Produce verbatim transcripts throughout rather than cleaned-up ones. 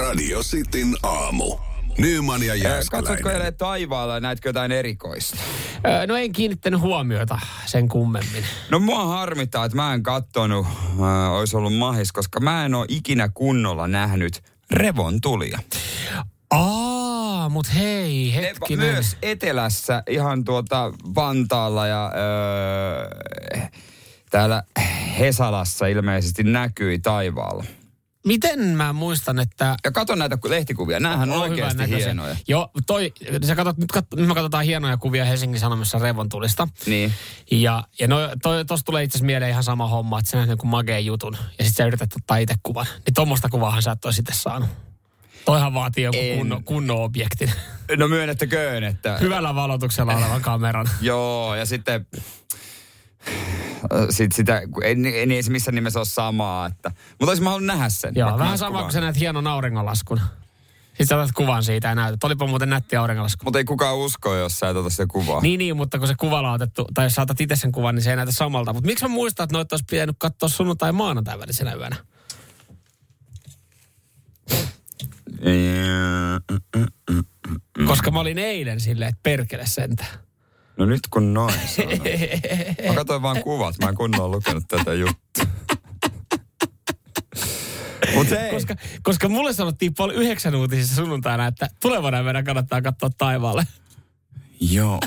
Radio Cityn aamu. Nyman ja Jääskeläinen. Katsotko eilen taivaalla ja näetkö jotain erikoista? Öö, no en kiinnittänyt huomiota sen kummemmin. No mua harmittaa, että mä en kattonut, äh, olisi ollut mahis, koska mä en ole ikinä kunnolla nähnyt revontulia. Aa, mut hei, hetkinen. Ne, myös etelässä, ihan tuota Vantaalla ja öö, täällä Hesalassa ilmeisesti näkyi taivaalla. Miten mä muistan, että... Ja katon näitä lehtikuvia, näähän on, on oikeasti hienoja. Joo, toi, sä katot, nyt, kat, nyt me katsotaan hienoja kuvia Helsingin Sanomissa revontulista. Niin. Ja, ja no, toi, tossa tulee itse asiassa mieleen ihan sama homma, että sä näet jonkun mageen jutun ja sit sä yrität ottaa itse kuvan. Niin tommoista kuvaahan sä et ois itse saanut. Toihan vaatii joku kunnon, kunnon objektin. No myönnettäköön, että... Hyvällä valotuksella olevan kameran. Joo, ja sitten... Sitten sitä, ei, ei se missään nimessä ole samaa, että... Mutta olisin mä halunnut nähdä sen. Joo, vähän sama kuin sä näet hienon auringonlaskun. Sitten sä otat kuvan siitä ja näytät. Olipa muuten nätti auringonlasku. Mutta ei kukaan usko, jos sä et ota sitä kuvaa. Niin, niin, mutta kun se kuvalla on otettu, tai jos sä otat itse sen kuvan, niin se ei näytä samalta. Mutta miksi mä muistan, että noita olisi pitänyt katsoa sunnuntai maanantai välisenä yönä? Koska mä olin eilen silleen, että perkele sentään. No nyt kun noin sanoo. Mä katsoin vaan kuvat, mä en kunnolla lukenut tätä juttua. Mut hei. Koska, koska mulle sanottiin puoli yhdeksän uutisissa sunnuntaina, että tulevana meidän kannattaa katsoa taivaalle. Joo.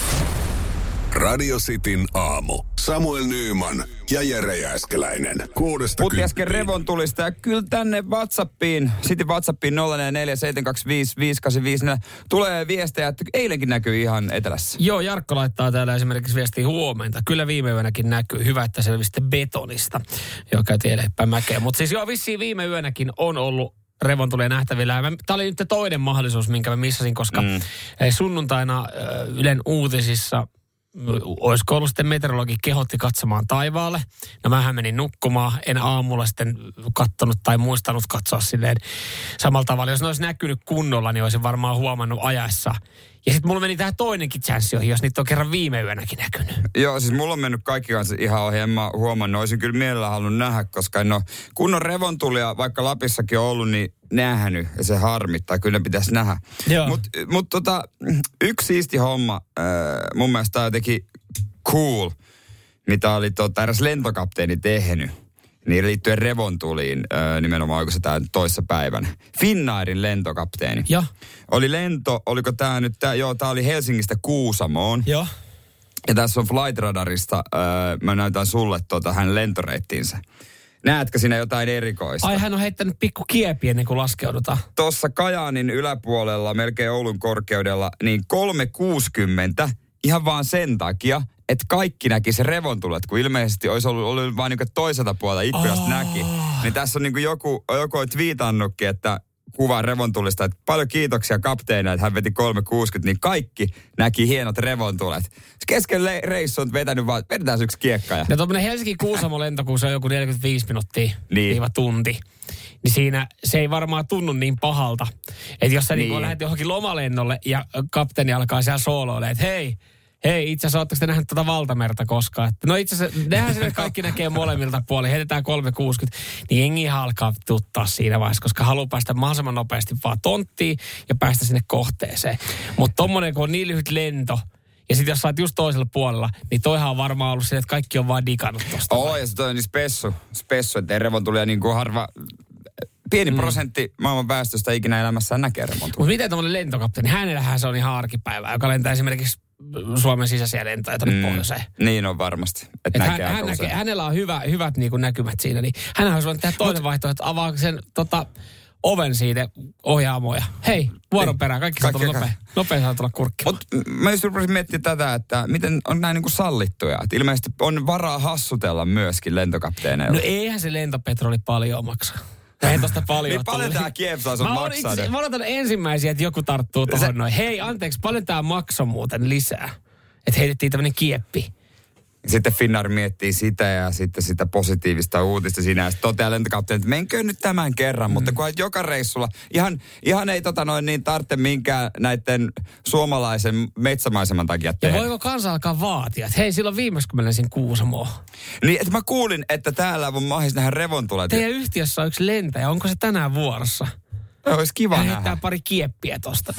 Radio Cityn aamu. Samuel Nyman ja Jere Jääskeläinen. Kuudesta Putti äsken revontulista ja kyllä tänne WhatsAppiin, Cityn WhatsAppiin nolla neljä neljä seitsemän kaksi viisi viisi kahdeksan viisi tulee viestejä, että eilenkin näkyy ihan etelässä. Joo, Jarkko laittaa täällä esimerkiksi viestiä huomenta. Kyllä viime yönäkin näkyy. Hyvä, että selvisi sitten betonista, joka käytiin eilen päin mäkeä. Mutta siis joo, vissiin viime yönäkin on ollut revontulia nähtävillä. Tämä oli nyt toinen mahdollisuus, minkä mä missasin, koska mm. sunnuntaina Ylen uutisissa olisiko ollut sitten meteorologi kehotti katsomaan taivaalle. No mähän menin nukkumaan, en aamulla sitten kattonut tai muistanut katsoa silleen samalla tavalla. Jos ne olisi näkynyt kunnolla, niin olisin varmaan huomannut ajassa. Ja sitten mulla meni tähän toinenkin chanssi ohi, jos niitä on kerran viime yönäkin näkynyt. Joo, siis mulla on mennyt kaikki kanssa ihan ohi. En mä huomannut, olisin kyllä mielellä halunnut nähdä, koska en ole kunnon revontulia, vaikka Lapissakin on ollut, niin nähnyt. Ja se harmittaa, kyllä ne pitäisi nähdä. Mutta mut tota, yksi siisti homma, äh, mun mielestä tämä jotenkin cool, mitä oli tota, eräs lentokapteeni tehnyt. Niin liittyen revontuliin, äh, nimenomaan oliko se tämä toissa päivänä. Finnairin lentokapteeni. Ja. Oli lento, oliko tämä nyt, tää, joo, tämä oli Helsingistä Kuusamoon. Joo. Ja tässä on Flight Radarista, äh, mä näytän sulle tota, hänen lentoreittiinsä. Näetkö siinä jotain erikoista? Ai hän on heittänyt pikku kiepi ennen kuin laskeudutaan. Tuossa Kajaanin yläpuolella, melkein Oulun korkeudella, niin kolme kuusikymmentä ihan vaan sen takia, että kaikki näki se revontulet, kun ilmeisesti olisi ollut, ollut vain niin toiselta puolelta ikkunasta oh. näki. Niin tässä on niin joku, joku on twiitannutkin, että kuva revontulista, että paljon kiitoksia kapteenille, että hän veti kolme kuusikymmentä, niin kaikki näki hienot revontulet. Kesken le- reissu on vetänyt vaan, vedetään yksi kiekka. Ja... No tuommoinen Helsinki-Kuusamo-lento, kun se on joku neljäkymmentäviisi minuuttia, niin. viiva tunti, niin siinä se ei varmaan tunnu niin pahalta. Että jos sä niin. niin lähdet johonkin lomalennolle ja kapteeni alkaa siellä sooloille, että hei, Hei, itse asiassa ootteko te nähnyt tuota valtamerta koskaan? No itse asiassa, nehän sinne kaikki näkee molemmilta puolin. Heitetään kolme kuusikymmentä, niin jengi alkaa tuttaa siinä vaiheessa, koska haluaa päästä mahdollisimman nopeasti vaan tonttiin ja päästä sinne kohteeseen. Mutta tommonen, kun on niin lyhyt lento, ja sitten jos sä oot just toisella puolella, niin toihan on varmaan ollut sille, että kaikki on vaan digannut tosta. Oo, ja se toi on niin spessu, spessu, että revontulia niin kuin harva... Pieni mm. prosentti maailman väestöstä ikinä elämässään näkee revontulia. Mutta miten tommonen lentokapteeni? Hänellähän se on ihan arkipäivää, joka lentää esimerkiksi Suomen sisäisiä lentoja tuonne mm. pohjoiseen. Niin on varmasti. Et Et näkee hän, hän näkee, hänellä on hyvä, hyvät niin kuin näkymät siinä. Niin hänhän olisi voinut tehdä toinen vaihtoehto, että avaa sen tota, oven siitä ohjaamoja. Hei, vuoron perään. Kaikki saa tulla nopea. Nopea saa tulla kurkki. Mutta mä just rupesin miettimään tätä, että miten on näin niin kuin sallittuja. Että ilmeisesti on varaa hassutella myöskin lentokapteeneilla. No eihän se lentopetroli paljon maksa. Ei tosta paljon. Niin paljon tää kiepsaa sun maksaa. Itse, mä odotan ensimmäisiä, että joku tarttuu tuohon noin. Hei, anteeksi, paljon tää maksoi muuten lisää? Että heitettiin tämmönen kieppi. Sitten Finnair miettii sitä ja sitten sitä positiivista uutista siinä. Ja sitten toteaa lentokapteeni, että menkö nyt tämän kerran. Mm. Mutta kun joka reissulla, ihan, ihan ei tota noin niin tarvitse minkään näiden suomalaisen metsämaiseman takia tehdä. Ja voiko kansa alkaa vaatia, että hei, silloin viimeksi kun mä lensin Kuusamoon. Niin, että mä kuulin, että täällä on mahis nähdä revontulet. Teidän yhtiössä on yksi lentäjä, onko se tänään vuorossa? Olisi kiva nähdä. Heittää pari kieppiä tosta.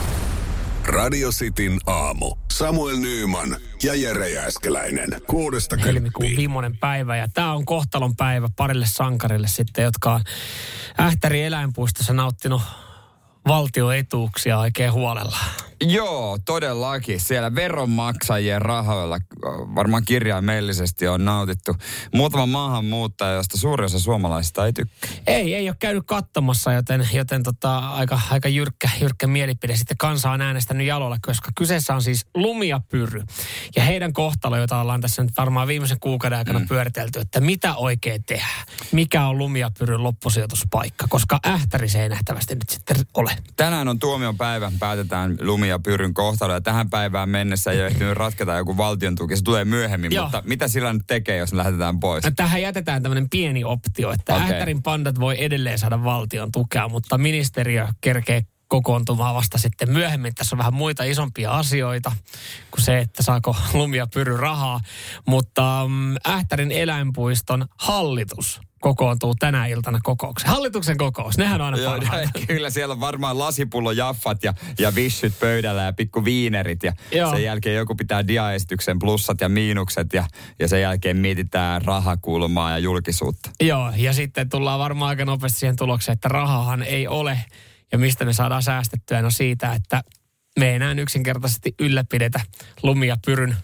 Radio Cityn aamu. Samuel Nyyman ja Jere Jääskeläinen. Kuudesta Helmikuun viimeinen päivä ja tämä on kohtalon päivä parille sankarille sitten, jotka on Ähtärin eläinpuistossa nauttinut valtioetuuksia oikein huolella. Joo, todellakin. Siellä veronmaksajien rahoilla varmaan kirjaimellisesti on nautittu. Muutama maahanmuuttaja, josta suurin osa suomalaisista ei tykkää. Ei, ei ole käynyt katsomassa, joten, joten tota, aika, aika jyrkkä, jyrkkä mielipide. Sitten kansa on äänestänyt jalolla, koska kyseessä on siis Lumiapyry. Ja heidän kohtalo, jota ollaan tässä nyt varmaan viimeisen kuukauden aikana mm. pyöritelty, että mitä oikein tehdään. Mikä on Lumiapyryn loppusijoituspaikka, koska Ähtäri se ei nähtävästi nyt sitten ole. Tänään on tuomion päivä, päätetään Lumia Pyryn kohtalo ja tähän päivään mennessä ei ole ehtinyt ratketa joku valtion tuki. Se tulee myöhemmin, Joo. mutta mitä sillä nyt tekee, jos lähetetään pois? Tähän jätetään tämmöinen pieni optio, että okay. Ähtärin pandat voi edelleen saada valtion tukea, mutta ministeriö kerkee kokoontumaan vasta sitten myöhemmin. Tässä on vähän muita isompia asioita kuin se, että saako Lumia Pyry rahaa, mutta um, Ähtärin eläinpuiston hallitus kokoontuu tänä iltana kokoukseen. Hallituksen kokous, nehän on aina parhaita. Kyllä siellä on varmaan lasipullo jaffat ja, ja vissyt pöydällä ja pikku viinerit. Ja Joo. sen jälkeen joku pitää diaesityksen plussat ja miinukset ja, ja sen jälkeen mietitään rahakulmaa ja julkisuutta. Joo, ja sitten tullaan varmaan aika nopeasti siihen tulokseen, että rahahan ei ole. Ja mistä me saadaan säästettyä? No siitä, että me ei enää yksinkertaisesti ylläpidetä Lumiapyryn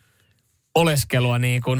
oleskelua niin kuin...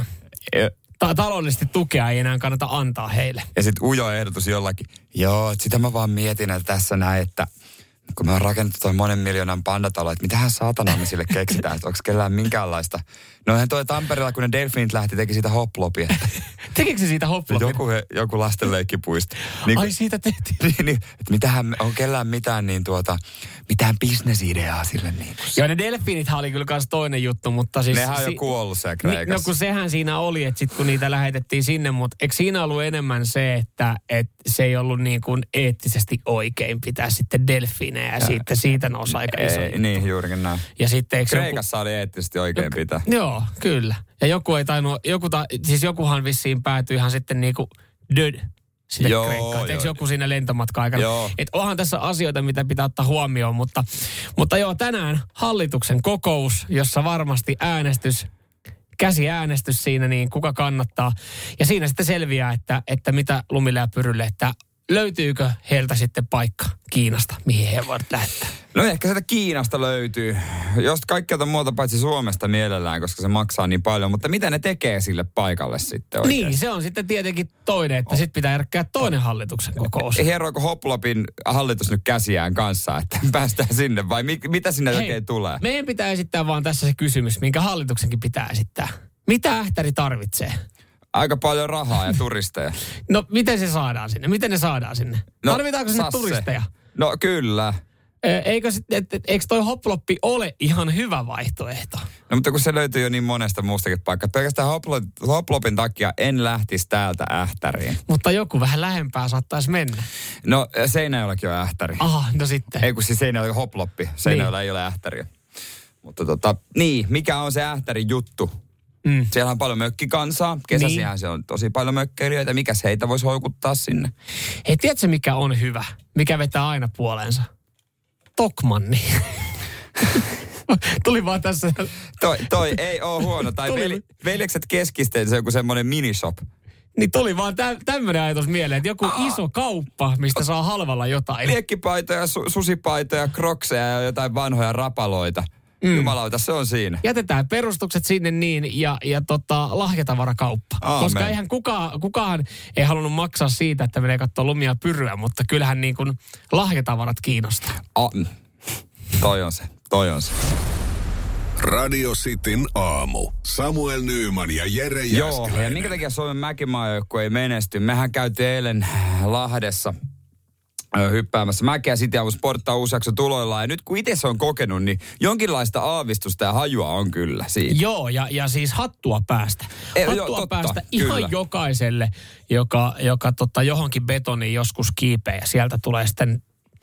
Ta- taloudellisesti tukea ei enää kannata antaa heille. Ja sitten ujo ehdotus jollakin. Joo, sitä mä vaan mietin, että tässä näin, että kun me on rakennettu toi monen miljoonan pandatalo, että mitähän saatanaa me sille keksitään, että onko kellään minkäänlaista. No eihän toi Tampereella, kun ne delfiinit lähti, teki siitä hoplopia. Tekikö se siitä hoplopia? Joku, joku lastenleikkipuisto. Niin, Ai siitä tehtiin. Niin, niin, että mitähän, on kellään mitään niin tuota, mitään bisnesideaa sille niin. Joo, ne delfiinithän oli kyllä kans toinen juttu, mutta siis... Nehän on si- jo kuollut siellä Kreikassa. No kun sehän siinä oli, että sit kun niitä lähetettiin sinne, mutta eikö siinä ollut enemmän se, että, että se ei ollut niin kuin eettisesti oikein pitää sitten delfiinejä ja, ja siitä, siitä nousi aika iso juttu. Niin, juurikin näin. Ja sitten, Kreikassa joku... oli eettisesti oikein no, pitää. Joo, kyllä. Ja joku ei tainnut, joku ta, siis jokuhan vissiin päätyi ihan sitten niinku död sinne joo, Kreikkaan. Eikö joo. joku siinä lentomatka-aikana? Että onhan tässä asioita, mitä pitää ottaa huomioon, mutta, mutta joo, tänään hallituksen kokous, jossa varmasti äänestys, käsiäänestys siinä, niin kuka kannattaa. Ja siinä sitten selviää, että, että mitä Lumille ja Pyrylle, että löytyykö heiltä sitten paikka Kiinasta, mihin he voivat lähteä? No ehkä sieltä Kiinasta löytyy. Jos kaikkelta muuta paitsi Suomesta mielellään, koska se maksaa niin paljon. Mutta mitä ne tekee sille paikalle sitten oikein? Niin, se on sitten tietenkin toinen, että oh. sitten pitää järkkää toinen hallituksen kokous. Hieroiko Hoplopin hallitus nyt käsiään kanssa, että päästään sinne vai mi- mitä sinne Hei, oikein tulee? Meidän pitää esittää vaan tässä se kysymys, minkä hallituksenkin pitää esittää. Mitä Ähtäri tarvitsee? Aika paljon rahaa ja turisteja. No, miten se saadaan sinne? Miten ne saadaan sinne? No, Tarvitaanko sinne sasse. turisteja? No, kyllä. Eikö, et, et, eikö toi hoploppi ole ihan hyvä vaihtoehto? No, mutta kun se löytyy jo niin monesta muustakin paikkaa. Pelkästään hoplo, hoplopin takia en lähtisi täältä Ähtäriin. Mutta joku vähän lähempää saattaisi mennä. No, Seinäjoellakin on Ähtäri. Aha, no sitten. Ei kun siis Seinäjoella on hoploppi. Seinäjoella niin. Ei ole Ähtäriä. Mutta tota, niin, mikä on se Ähtärin juttu? Mm. Siellä on paljon mökkikansaa. Kesäsihän niin. Se on tosi paljon mökkeilijöitä. Mikäs heitä voisi houkuttaa sinne? Hei, tiedätkö mikä on hyvä? Mikä vetää aina puoleensa? Tokmanni. Tuli vaan tässä. Toi, toi ei ole huono. Tai vel, veljekset keskisten se on joku semmoinen minishop. Niin tuli vaan tä, tämmöinen ajatus mieleen, että joku Aa. iso kauppa, mistä saa halvalla jotain. Liekkipaitoja, su, susipaitoja, krokseja ja jotain vanhoja rapaloita. Mm. Jumalauta, se on siinä. Jätetään perustukset sinne niin ja, ja tota, lahjatavarakauppa. Aamen. Koska eihän kukaan, kukaan ei halunnut maksaa siitä, että menee katsoa Lumia Pyryä, mutta kyllähän niin kuin lahjatavarat kiinnostaa. A, toi on se, toi on se. Radio Cityn aamu. Samuel Nyyman ja Jere Jääskeläinen. Joo, ja minkä takia Suomen mäkimaajoukkue ei menesty? Mehän käytiin eilen Lahdessa hyppäämässä mäkeä, sitten avun sporttaa uusi jakso tuloillaan. Ja nyt kun itse se on kokenut, niin jonkinlaista aavistusta ja hajua on kyllä siitä. Joo, ja, ja siis hattua päästä. E, hattua joo, totta, päästä kyllä. Ihan jokaiselle, joka, joka tota, johonkin betoniin joskus kiipeää ja sieltä tulee sitten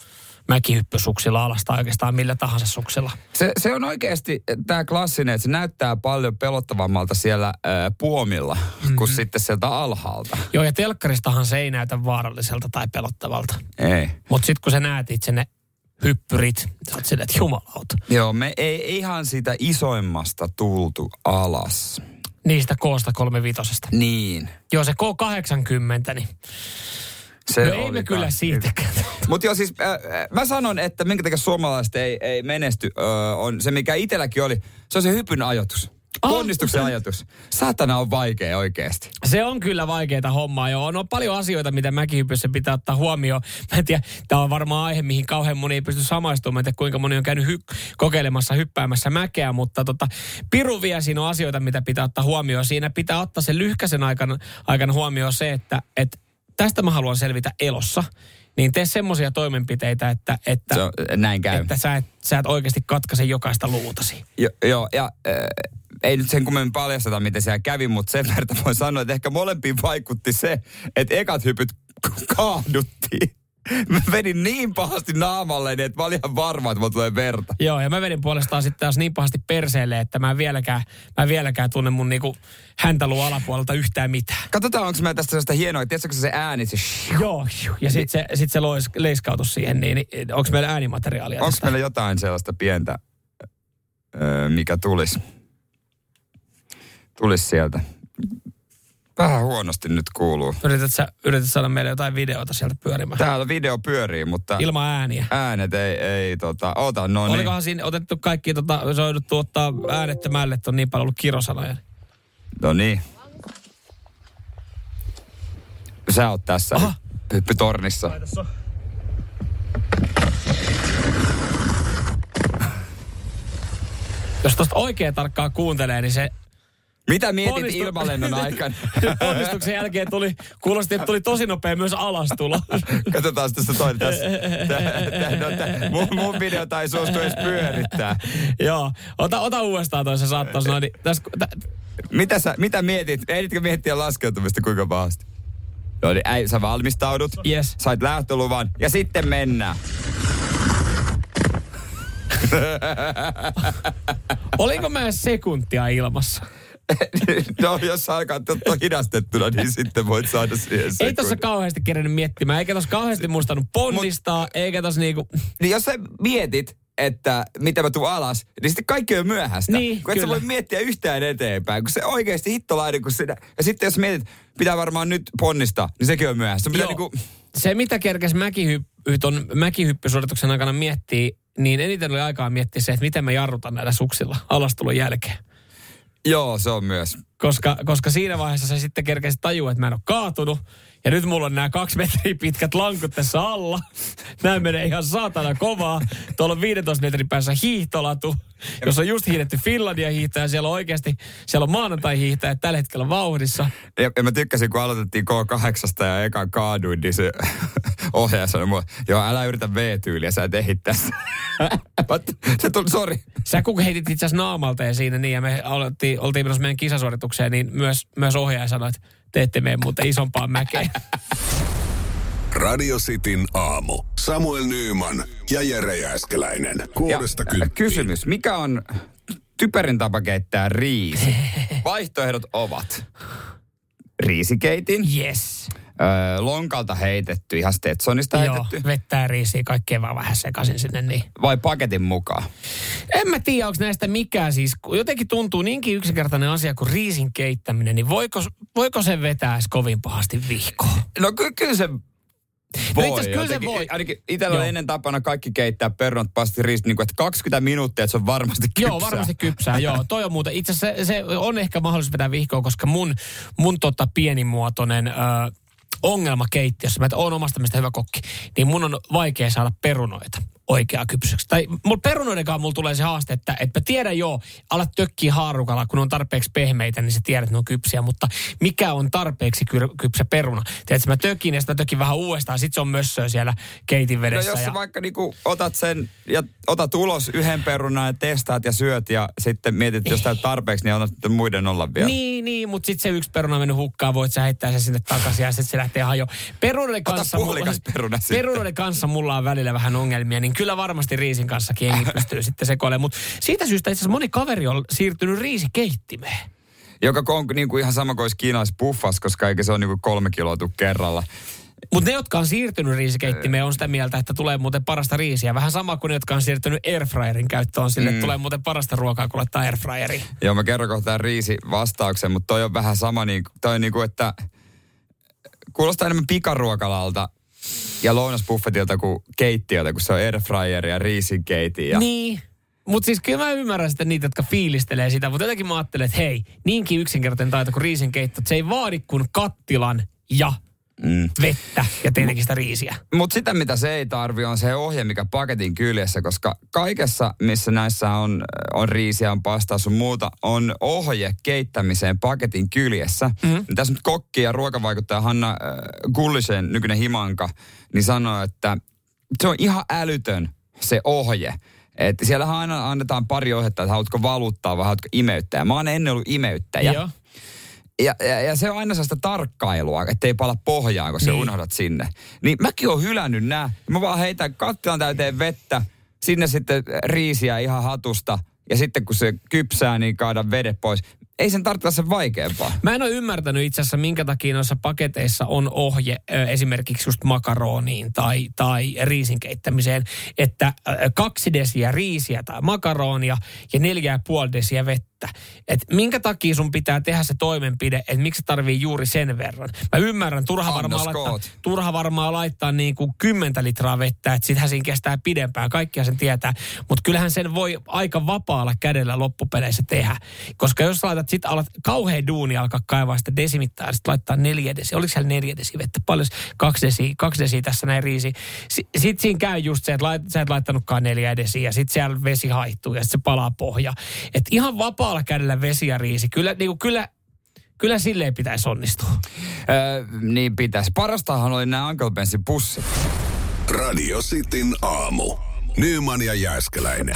mäkihyppysuksilla alas tai oikeastaan millä tahansa suksilla. Se, se on oikeasti tämä klassinen, että se näyttää paljon pelottavammalta siellä ää, puomilla mm-hmm. kuin sitten sieltä alhaalta. Joo, ja telkkaristahan se ei näytä vaaralliselta tai pelottavalta. Ei. Mutta sitten kun sä näet itse ne hyppyrit, sä oot silleen, että jumalauta. Joo, me ei ihan siitä isoimmasta tultu alas. Niistä koosta kolmevitosesta. Niin. Joo, se K kahdeksankymmentä, niin se no ei me kyllä siitäkään. Mutta joo siis, äh, mä sanon, että minkä takia suomalaiset ei, ei menesty, äh, on se mikä itselläkin oli, se on se hypyn ajatus. Ponnistuksen oh. ajatus. Satana on vaikea oikeasti. Se on kyllä vaikeaa hommaa, joo. On, on paljon asioita, mitä mäkihypyssä pitää ottaa huomioon. Mä en tiedä, tämä on varmaan aihe, mihin kauhean moni ei pysty samaistumaan, että kuinka moni on käynyt hy- kokeilemassa hyppäämässä mäkeä, mutta tota, piru vie siinä on asioita, mitä pitää ottaa huomioon. Siinä pitää ottaa sen lyhkäisen aikana, aikana huomioon se, että, että tästä mä haluan selvitä elossa. Niin tee semmoisia toimenpiteitä, että, että, on, näin käy. että sä, et, sä et oikeasti katkaise jokaista luutasi. Jo, joo, ja äh, ei nyt sen kummemmin paljasteta, miten siellä kävi, mutta sen verran voi sanoa, että ehkä molempiin vaikutti se, että ekat hypyt kaaduttiin. Mä vedin niin pahasti naamalle, että mä olin ihan varma, että mulla tulee verta. Joo, ja mä vedin puolestaan sitten taas niin pahasti perseelle, että mä en vieläkään, mä en vieläkään tunne mun niinku häntäluun alapuolelta yhtään mitään. Katsotaan, onko mä tästä sellaista hienoa, tiedätkö se ääni? Se joo, ja sitten se, sit se lois, leiskautus siihen, niin, niin onko meillä äänimateriaalia? Onko meillä jotain sellaista pientä, öö, mikä tulisi? Tulisi sieltä. Vähän huonosti nyt kuuluu. Yrität sä, yrität saada meille jotain videota sieltä pyörimään? Täällä video pyörii, mutta... Ilman ääniä. Äänet ei, ei tota, ota, no niin. Olikohan siinä otettu kaikki, tota, se on jouduttu ottaa äänettömälle, että on niin paljon ollut kirosanoja. No niin. Sä oot tässä hyppytornissa. Jos tosta oikein tarkkaan kuuntelee, niin se... Mitä mietit Ponnistu... ilmalennon aikana? Ponnistuksen jälkeen tuli, kuulosti, että tuli tosi nopea myös alastulo. Katsotaan tässä toinen tässä. Tää, tää, no, tää, mun, mun videota ei suostu edes pyörittää. Joo, ota, ota uudestaan toi, se saattaa sanoa. Niin, täs, tä... mitä, sä, mitä mietit? Ehditkö miettiä laskeutumista kuinka pahasti? No niin, äi, sä valmistaudut. Yes. Sait lähtöluvan ja sitten mennään. Oliko mä sekuntia ilmassa? No, jos sä alkaa ottaa hidastettuna, niin sitten voit saada siihen sekunnin. Ei tossa kauheasti kerennyt miettimään, eikä tossa kauheasti muistanut ponnistaa, Mut, eikä tossa niinku... Niin jos sä mietit, että mitä mä tuun alas, niin sitten kaikki on myöhäistä. Niin, kun et sä voi miettiä yhtään eteenpäin, kun se oikeasti hittolainen, kun sinä... Ja sitten jos mietit, pitää varmaan nyt ponnistaa, niin sekin on myöhäistä. Pitää niinku... Se, mitä kerkes mäkihyppy, ton mäkihyppysuorituksen aikana miettii, niin eniten oli aikaa miettiä se, että miten mä jarrutan näillä suksilla alastulon jälkeen. Joo, se on myös. Koska, koska siinä vaiheessa se sitten kerkesi tajua, että mä en ole kaatunut. Ja nyt mulla on nämä kaksi metriä pitkät lankut tässä alla. Nämä menee ihan saatana kovaa. Tuolla on viidentoista metrin päässä hiihtolatu, jossa on just hiihdetty Finlandia hiihtäjä. Siellä on oikeasti, siellä on maanantai-hiihtäjä tällä hetkellä vauhdissa. Ja, ja mä tykkäsin, kun aloitettiin K kahdeksan ja ekan kaaduin, niin se ohjaaja sanoi mulle, joo, älä yritä V-tyyliä, sä et ehdi tässä. Se tuli, sori. Sä kun heitit itse asiassa naamalteen siinä, niin ja me oltiin, oltiin menossa meidän kisasuoritukseen, niin myös, myös ohjaaja sanoi, että te ette mene muuten isompaan mäkeen. Radio Cityn aamu. Samuel Nyyman ja Jere Jääskeläinen. Kuudesta kymppiin. Kysymys, mikä on typerin tapa keittää riisi? Vaihtoehdot ovat riisikeitin. Yes. Öö, lonkalta heitetty, ihan Stetsonista heitetty. Joo, vettää riisiä, kaikkea vaan vähän sekaisin sinne niin. Vai paketin mukaan? En mä tiedä, onko näistä mikään siis, jotenkin tuntuu niinkin yksinkertainen asia kuin riisin keittäminen, niin voiko, voiko se vetää edes kovin pahasti vihkoon? No ky- kyllä se voi. No kyllä se voi. Ainakin itsellä on ennen tapana kaikki keittää perunat, pasti riisit, niin kuin, että kaksikymmentä minuuttia, että se on varmasti kypsää. Joo, varmasti kypsää, joo. Toi on muuten, itse asiassa se, se on ehkä mahdollisuus vetää vihkoon, koska mun, mun tota pienimuotoinen... Öö, ongelma keittiössä, mä oon omasta mielestä hyvä kokki, niin mun on vaikea saada perunoita oikea kypsyksi. Tai mulla perunoidenkaan mulla tulee se haaste, että, että mä tiedän joo, alat tökkiä haarukalla, kun on tarpeeksi pehmeitä, niin sä tiedät, että ne on kypsiä, mutta mikä on tarpeeksi kyr- kypsä peruna? Tiedätkö, mä tökin ja sitä tökin vähän uudestaan, sit se on mössöä siellä keitin vedessä. No jos ja... sä vaikka niinku otat sen ja otat ulos yhden perunan ja testaat ja syöt ja sitten mietit, jos tää tarpeeksi, niin annat muiden olla vielä. Niin, niin, mutta sitten se yksi peruna on mennyt hukkaan, voit sä heittää sen sinne takaisin ja sitten se lähtee hajoon. Perunoiden kanssa, mulla, peruna perunoiden kanssa mulla on välillä vähän ongelmia, niin kyllä varmasti riisin kanssakin jengi pystyy sitten sekoilemaan. Mutta siitä syystä itse asiassa moni kaveri on siirtynyt riisikeittimeen. Joka on niin kuin ihan sama kuin olisi kiinalais puffas, koska eikä se ole niin kuin kolme kiloa kerralla. Mutta ne, jotka on siirtynyt riisikeittimeen, on sitä mieltä, että tulee muuten parasta riisiä. Vähän sama kuin ne, jotka on siirtynyt airfryerin käyttöön, on sille, että mm. tulee muuten parasta ruokaa, kun laittaa airfryeriin. Joo, mä kerron kohtaan riisi vastauksen, mutta toi on vähän sama, niin, toi on niin kuin, että kuulostaa enemmän pikaruokalalta ja lounasbuffetilta kuin keittiöltä, kun se on airfryeri ja riisinkeiti. Ja... Niin. Mutta siis kyllä mä ymmärrän sitten niitä, jotka fiilistelee sitä, mutta jotenkin mä ajattelen, että hei, niinkin yksinkertainen taito kuin riisinkeitto, se ei vaadi kuin kattilan ja mm. vettä ja tietenkin sitä riisiä. Mutta sitä, mitä se ei tarvi, on se ohje, mikä paketin kyljessä, koska kaikessa, missä näissä on, on riisiä, on pastaa sun muuta, on ohje keittämiseen paketin kyljessä. Mm-hmm. Tässä nyt kokki ja ruokavaikuttaja Hanna äh, Gullisen, nykyinen himanka, niin sanoo, että se on ihan älytön se ohje. Että siellähän aina annetaan pari ohjetta, että haluatko valuttaa vai haluatko imeyttää. Mä oon ennen ollut imeyttäjä. Joo. Ja, ja, ja se on aina sellaista tarkkailua, ettei pala pohjaan, kun niin. sä unohdat sinne. Niin mäkin oon hylännyt nää. Mä vaan heitän kattilan täyteen vettä, sinne sitten riisiä ihan hatusta. Ja sitten kun se kypsää, niin kaadan vedet pois. Ei sen tarvitse sen vaikeampaa. Mä en ole ymmärtänyt itse asiassa, minkä takia noissa paketeissa on ohje esimerkiksi just makaroniin tai, tai riisin keittämiseen, että kaksi desiä riisiä tai makaronia ja neljä ja puoli desiä vettä. Että minkä takia sun pitää tehdä se toimenpide, että miksi tarvii juuri sen verran. Mä ymmärrän, turha varmaan laittaa, turha varmaan laittaa niin kuin kymmentä litraa vettä, että sitähän siinä kestää pidempään, kaikkia sen tietää. Mutta kyllähän sen voi aika vapaalla kädellä loppupeleissä tehdä. Koska jos laitat, sit alat kauhean duuni alkaa kaivaa sitä desimittaa ja sitten laittaa neljä desiä. Oliko siellä neljä desiä vettä? Paljon kaksi desiä, kaksi desiä tässä näin riisi. Sitten sit siinä käy just se, että lait, sä et laittanutkaan neljä desiä. Sitten siellä vesi haihtuu ja sitten se palaa pohja. Että ihan vapaa kädellä vesi ja riisi. Kyllä, niin kuin, kyllä, kyllä silleen pitäisi onnistua. Öö, niin pitäisi. Parastahan oli nämä Uncle Bensin pussit. Radio Cityn aamu. Nyman ja Jääskeläinen.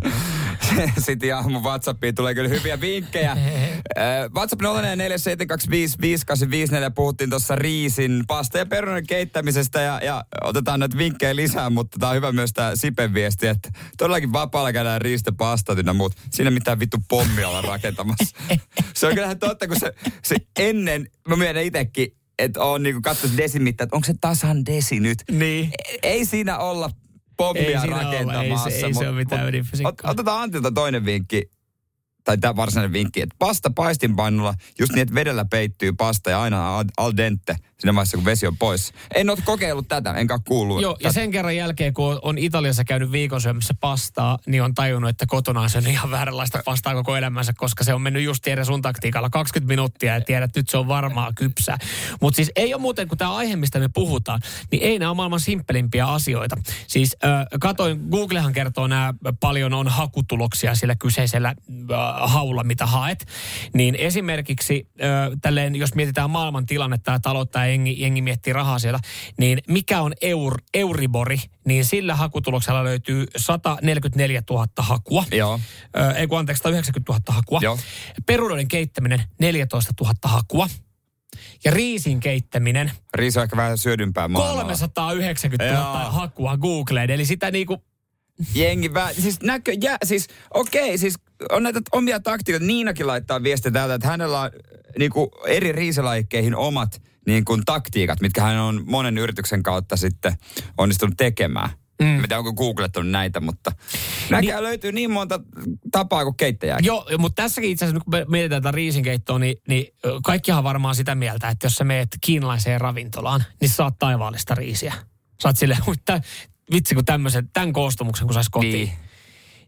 Sitten aamu WhatsAppiin tulee kyllä hyviä vinkkejä. WhatsApp nolla neljä seitsemän kaksi viisi viisi kahdeksan viisi neljä. Puhuttiin tuossa riisin, pasta ja perunan keittämisestä ja, ja otetaan näitä vinkkejä lisää, mutta tämä on hyvä myös tämä Sipen viesti, että todellakin vapaalla käydään riistä, pastat ynnä muut. Siinä mitään vittu pommia olla rakentamassa. Se on kyllähän totta, kun se, se ennen, mä myönnän itsekin, että on niinku katsonut desimittä, että onko se tasan desi nyt. Niin. Ei, ei siinä olla pommia rakentamassa. Ei se, ei se ole mitään ydinfysiikkaa. Otetaan Antilta toinen vinkki, tai tämä varsinainen vinkki, että pasta paistinpannulla just niin, että vedellä peittyy pasta ja aina al dente siinä vaiheessa, kun vesi on pois. En ole kokeillut tätä, enkä kuullut. Joo, tätä. Ja sen kerran jälkeen, kun on Italiassa käynyt viikon syömässä pastaa, niin on tajunnut, että kotona on syönyt ihan vääränlaista pastaa koko elämänsä, koska se on mennyt just tiedä sun taktiikalla kaksikymmentä minuuttia ja tiedät, että nyt se on varmaa kypsää. Mutta siis ei ole muuten, kun tämä aihe, mistä me puhutaan, niin ei nämä ole maailman simppelimpiä asioita. Siis äh, katoin, Googlehan kertoo nämä paljon on hakutuloksia sillä kyseisellä äh, haulla, mitä haet. Niin esimerkiksi äh, tälleen, jos mietitään maailman tilannetta ja taloutta ja jengi, jengi miettii rahaa siellä, niin mikä on eur, Euribori, niin sillä hakutuloksella löytyy sata neljäkymmentäneljätuhatta hakua. Joo. Äh, ei kun anteeksi, sata yhdeksänkymmentätuhatta hakua. Joo. Perunoiden keittäminen neljätoistatuhatta hakua. Ja riisin keittäminen. Riisi on ehkä vähän syödympää maailmalla. kolmesataayhdeksänkymmentätuhatta hakua Googleen. Eli sitä niinku... Jengi vähän, siis näkö, jä, siis okei, okay, siis on näitä omia taktiikoita. Niinakin laittaa viestiä täältä, että hänellä on niinku eri riisilajikeihin omat niinku taktiikat, mitkä hän on monen yrityksen kautta sitten onnistunut tekemään. Mm. Mitä onko googlettanut näitä, mutta näkään niin, löytyy niin monta tapaa kuin keittäjääkin. Joo, mutta tässäkin itse asiassa, kun mietitään tätä riisinkeittoa, niin, niin kaikkihan varmaan sitä mieltä, että jos sä meet kiinalaiseen ravintolaan, niin sä saat taivaallista riisiä. Sä oot silleen, vitsi kun tämmöisen, tämän koostumuksen kun sais kotiin. Niin.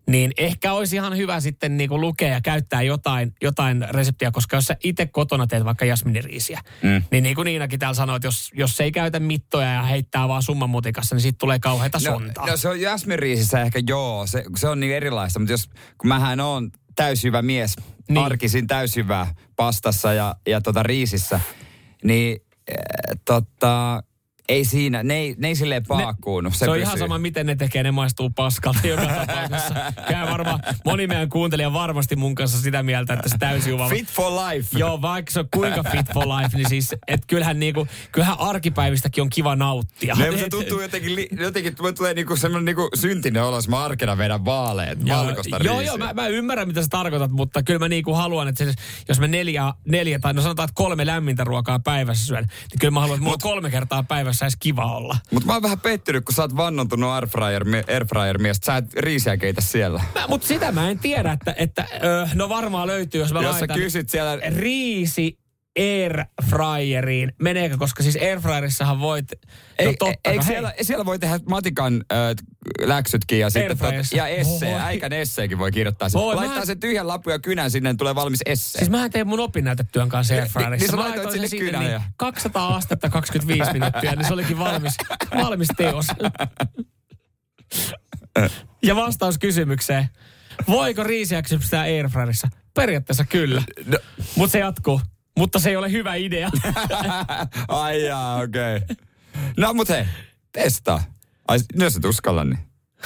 niin ehkä olisi ihan hyvä sitten niinku lukea ja käyttää jotain, jotain reseptiä, koska jos sä itse kotona teet vaikka jasminiriisiä, mm. niin niin kuin Niinakin täällä sanoi, että jos, jos se ei käytä mittoja ja heittää vaan summanmutikassa, niin siitä tulee kauheita sontaa. No, no se on jasminriisissä ehkä joo, se, se on niin erilaista, mutta jos, kun mähän on täysjyvä mies, niin. arkisin täysjyvää pastassa ja, ja tota riisissä, niin äh, tota... Ei siinä, ne ei, ne ei silleen paakkuunut. Se, se on pysyy. ihan sama, miten ne tekee, ne maistuu paskalta joka tapauksessa. Käy varmaan, moni meidän kuuntelija varmasti mun kanssa sitä mieltä, että se täysjuva... Fit for life. Joo, vaikka se on kuinka fit for life, niin siis, että kyllähän niinku, kyllähän arkipäivistäkin on kiva nauttia. Ne, se tuntuu jotenkin, jotenkin tulee niinku semmoinen niinku syntinen olo, jos mä arkena vedän vaaleet, valkoista riisiä. Joo, joo, mä, mä ymmärrän, mitä sä tarkoitat, mutta kyllä mä niinku haluan, että se, jos mä neljä, neljä tai no sanotaan, että kolme lämmintä ruokaa päivässä syön, niin kyllä mä haluan, että mulla Mut, kolme kertaa päivässä edes kiva olla. Mutta mä oon vähän pettynyt, kun sä oot vannontunut airfryer, airfryer-mies. Sä et riisiä keitä siellä. Mutta sitä mä en tiedä, että, että ö, no varmaan löytyy, jos mä jos laitan sä kysyt siellä... riisi airfryeriin. Meneekö? Koska siis airfryerissahan voit... Ei, no totta, eikö no siellä, siellä voi tehdä matikan äh, läksytkin ja sitten tot, ja essee, oh, äikän esseekin voi kirjoittaa. Voi, laittaa mä... sen tyhjän lapun ja kynän sinne, tulee valmis essee. Siis mähän tein mun opinnäytetyön kanssa airfryerissa. Niin, niin mä laitoin sinne kynän niin ja... kaksisataa astetta kaksikymmentäviisi minuuttia, niin se olikin valmis, valmis teos. Ja vastaus kysymykseen. Voiko riisiä kypsää airfryerissa? Periaatteessa kyllä. No. Mutta se jatkuu. Mutta se ei ole hyvä idea. Ai jaa, okei. Okay. No mut hei, testaa. Ai, jos et uskalla, niin.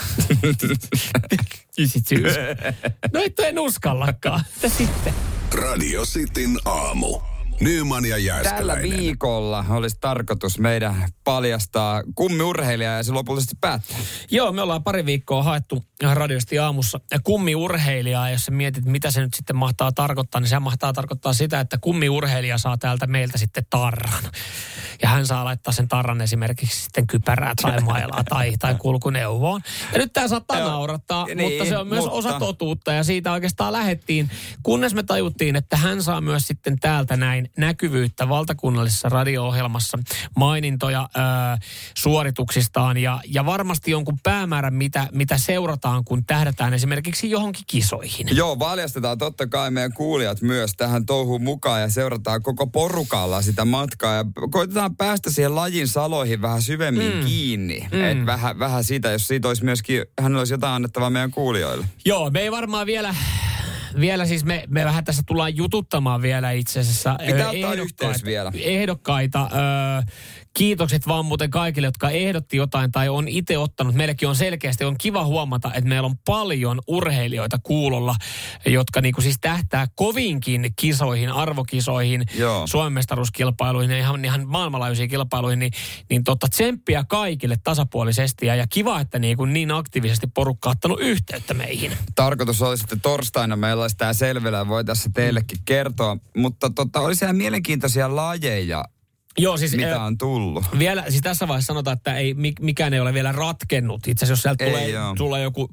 Ysit syys. No et en uskallakaan. Mitä sitten? Radio Cityn aamu. Nyman ja Jääskeläinen. Tällä viikolla olisi tarkoitus meidän paljastaa kummiurheilija ja se lopullisesti päättää. Joo, me ollaan pari viikkoa haettu radiosti aamussa kummiurheilijaa. Jos sä mietit, mitä se nyt sitten mahtaa tarkoittaa, niin se mahtaa tarkoittaa sitä, että kummiurheilija saa täältä meiltä sitten tarran. Ja hän saa laittaa sen tarran esimerkiksi sitten kypärää tai mailaa tai, tai kulkuneuvoon. Ja nyt tämä saattaa naurattaa, niin, mutta se on myös mutta... osa totuutta ja siitä oikeastaan lähdettiin, kunnes me tajuttiin, että hän saa myös sitten täältä näin näkyvyyttä valtakunnallisessa radio-ohjelmassa, mainintoja ää, suorituksistaan ja, ja varmasti jonkun päämäärän, mitä, mitä seurataan, kun tähdätään esimerkiksi johonkin kisoihin. Joo, valjastetaan totta kai meidän kuulijat myös tähän touhuun mukaan ja seurataan koko porukalla sitä matkaa ja koitetaan päästä siihen lajin saloihin vähän syvemmin mm. kiinni. Mm. Et vähän, vähän siitä, jos siitä olisi myöskin, hänellä olisi jotain annettavaa meidän kuulijoille. Joo, me ei varmaan vielä... Vielä siis me, me vähän tässä tullaan jututtamaan vielä itse asiassa. Pitää ottaa yhteys vielä. Ehdokkaita. Ö, kiitokset vaan muuten kaikille, jotka ehdotti jotain tai on itse ottanut. Meilläkin on selkeästi, on kiva huomata, että meillä on paljon urheilijoita kuulolla, jotka niinku siis tähtää kovinkin kisoihin, arvokisoihin, Joo. Suomen mestaruuskilpailuihin ja ihan, ihan maailmanlaajuisiin kilpailuihin. Niin, niin totta tsemppiä kaikille tasapuolisesti ja, ja kiva, että niinku niin aktiivisesti porukka on ottanut yhteyttä meihin. Tarkoitus oli sitten torstaina meillä olisi tämä selvillä, voi tässä teillekin kertoa. Mutta tota, olisi ihan mielenkiintoisia lajeja, Joo, siis, mitä on tullut. Vielä, siis tässä vaiheessa sanotaan, että ei, mikään ei ole vielä ratkennut. Itse asiassa jos sieltä tulee, tulee joku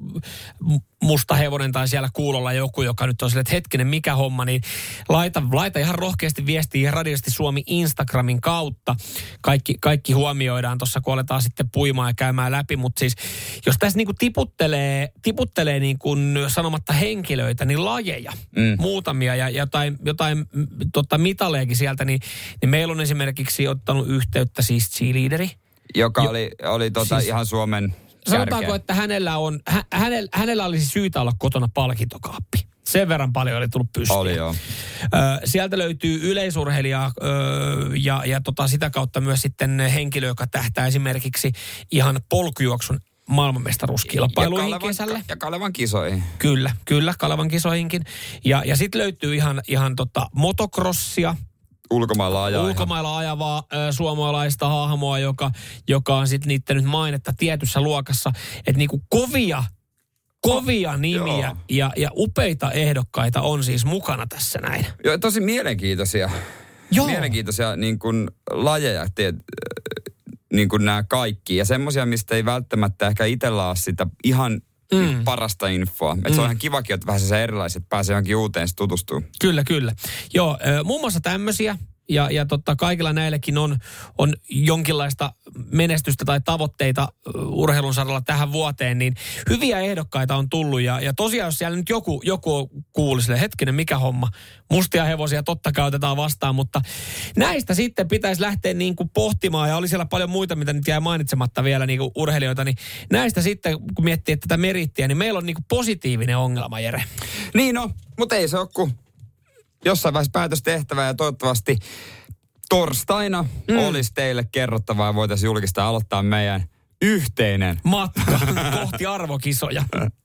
musta hevonen tai siellä kuulolla joku, joka nyt on silleen, että hetkinen, mikä homma, niin laita, laita ihan rohkeasti viestiä Radiosti Suomi Instagramin kautta. Kaikki, kaikki huomioidaan tuossa, kun aletaan sitten puimaan ja käymään läpi. Mutta siis, jos tässä niinku tiputtelee, tiputtelee niinku sanomatta henkilöitä, niin lajeja, mm. muutamia ja jotain, jotain tota, mitaleekin sieltä, niin, niin meillä on esimerkiksi ottanut yhteyttä siis cheerleaderi. Joka jo, oli, oli tota siis, ihan Suomen sanotaanko, kärkeä. että hänellä, on, hä, hänellä, hänellä olisi syytä olla kotona palkintokaappi. Sen verran paljon oli tullut pystyyn. Oli joo. Ö, sieltä löytyy yleisurheilijaa ö, ja, ja tota, sitä kautta myös sitten henkilö, joka tähtää esimerkiksi ihan polkujuoksun maailmanmestaruuskilpailuihin ja kesällä. Ja Kalevan kisoihin. Kyllä, kyllä, Kalevan kisoihinkin. Ja, ja sitten löytyy ihan, ihan tota motocrossia. Ulkomailla ajaa. Ulkomailla ajavaa ö, suomalaista hahmoa, joka, joka on sitten niiden nyt mainetta tietyssä luokassa. Että niinku kovia, kovia oh, nimiä ja, ja upeita ehdokkaita on siis mukana tässä näin. Joo, tosi mielenkiintoisia. Joo. Mielenkiintoisia niin kuin lajeja, tiet, niin kuin nämä kaikki. Ja semmoisia, mistä ei välttämättä ehkä itsellä ole sitä ihan mm. parasta infoa. Että mm. se on ihan kivakin, että vähän se erilaiset pääsee johonkin uuteen tutustuu. Kyllä, kyllä. Joo, muun muassa tämmöisiä. ja, ja tota, kaikilla näilläkin on, on jonkinlaista menestystä tai tavoitteita urheilun saralla tähän vuoteen, niin hyviä ehdokkaita on tullut. Ja, ja tosiaan, jos siellä nyt joku, joku kuuli sille, hetkinen, mikä homma, mustia hevosia totta kai otetaan vastaan, mutta näistä sitten pitäisi lähteä niin kuin pohtimaan, ja oli siellä paljon muita, mitä nyt jäi mainitsematta vielä niin kuin urheilijoita, niin näistä sitten, kun miettii että tätä merittiä, niin meillä on niin kuin positiivinen ongelma, Jere. Niin no, mutta ei se ole kuin jossain vaiheessa päätös tehtävä ja toivottavasti torstaina mm. olisi teille kerrottavaa ja voitaisiin julkistaa aloittaa meidän yhteinen matka kohti arvokisoja.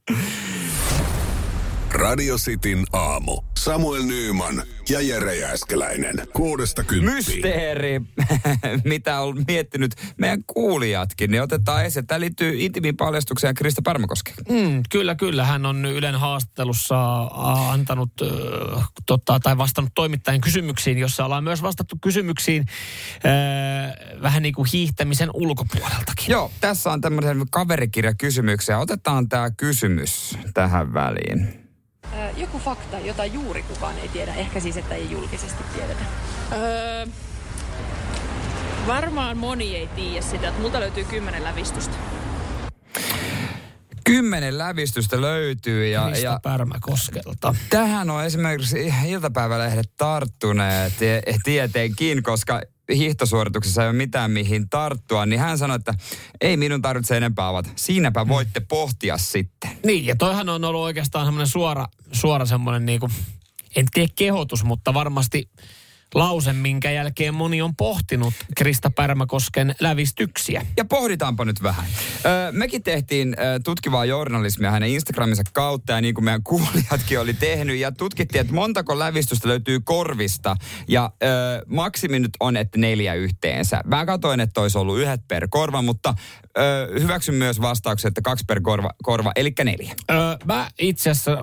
Radio Cityn aamu. Samuel Nyyman ja Jere Jääskeläinen. Kuudesta kymppiin. Mysteeri, mitä on miettinyt meidän kuulijatkin, niin otetaan esiin. Tämä liittyy intiimiin paljastukseen Krista Pärmäkoskeen. Mm, kyllä, kyllä. Hän on Ylen haastattelussa antanut äh, tota, tai vastannut toimittajan kysymyksiin, jossa ollaan myös vastattu kysymyksiin äh, vähän niin kuin hiihtämisen ulkopuoleltakin. Joo, tässä on tämmöisen kaverikirjakysymyksiä. Otetaan tämä kysymys tähän väliin. Joku fakta, jota juuri kukaan ei tiedä. Ehkä siis, että ei julkisesti tiedetä. Öö, varmaan moni ei tiedä sitä. Multa löytyy kymmenen lävistystä. Kymmenen lävistystä löytyy. Ja, Krista ja Pärmäkoskelta. Tähän on esimerkiksi iltapäivälehdet tarttuneet tietenkin, koska hiihtosuorituksessa ei ole mitään mihin tarttua, niin hän sanoi, että ei minun tarvitse enempää avata. Siinäpä voitte pohtia sitten. Niin, ja toihan on ollut oikeastaan semmoinen suora, suora semmoinen niin kuin, en tiedä kehotus, mutta varmasti lause, minkä jälkeen moni on pohtinut Krista Pärmäkosken lävistyksiä. Ja pohditaanpa nyt vähän. Öö, mekin tehtiin ö, tutkivaa journalismia hänen Instagraminsa kautta, ja niin kuin meidän kuulijatkin oli tehnyt, ja tutkittiin, että montako lävistystä löytyy korvista, ja ö, maksimi nyt on, että neljä yhteensä. Mä katsoin, että olisi ollut yhdet per korva, mutta ö, hyväksyn myös vastauksen, että kaksi per korva, korva eli neljä. Öö, mä itse asiassa,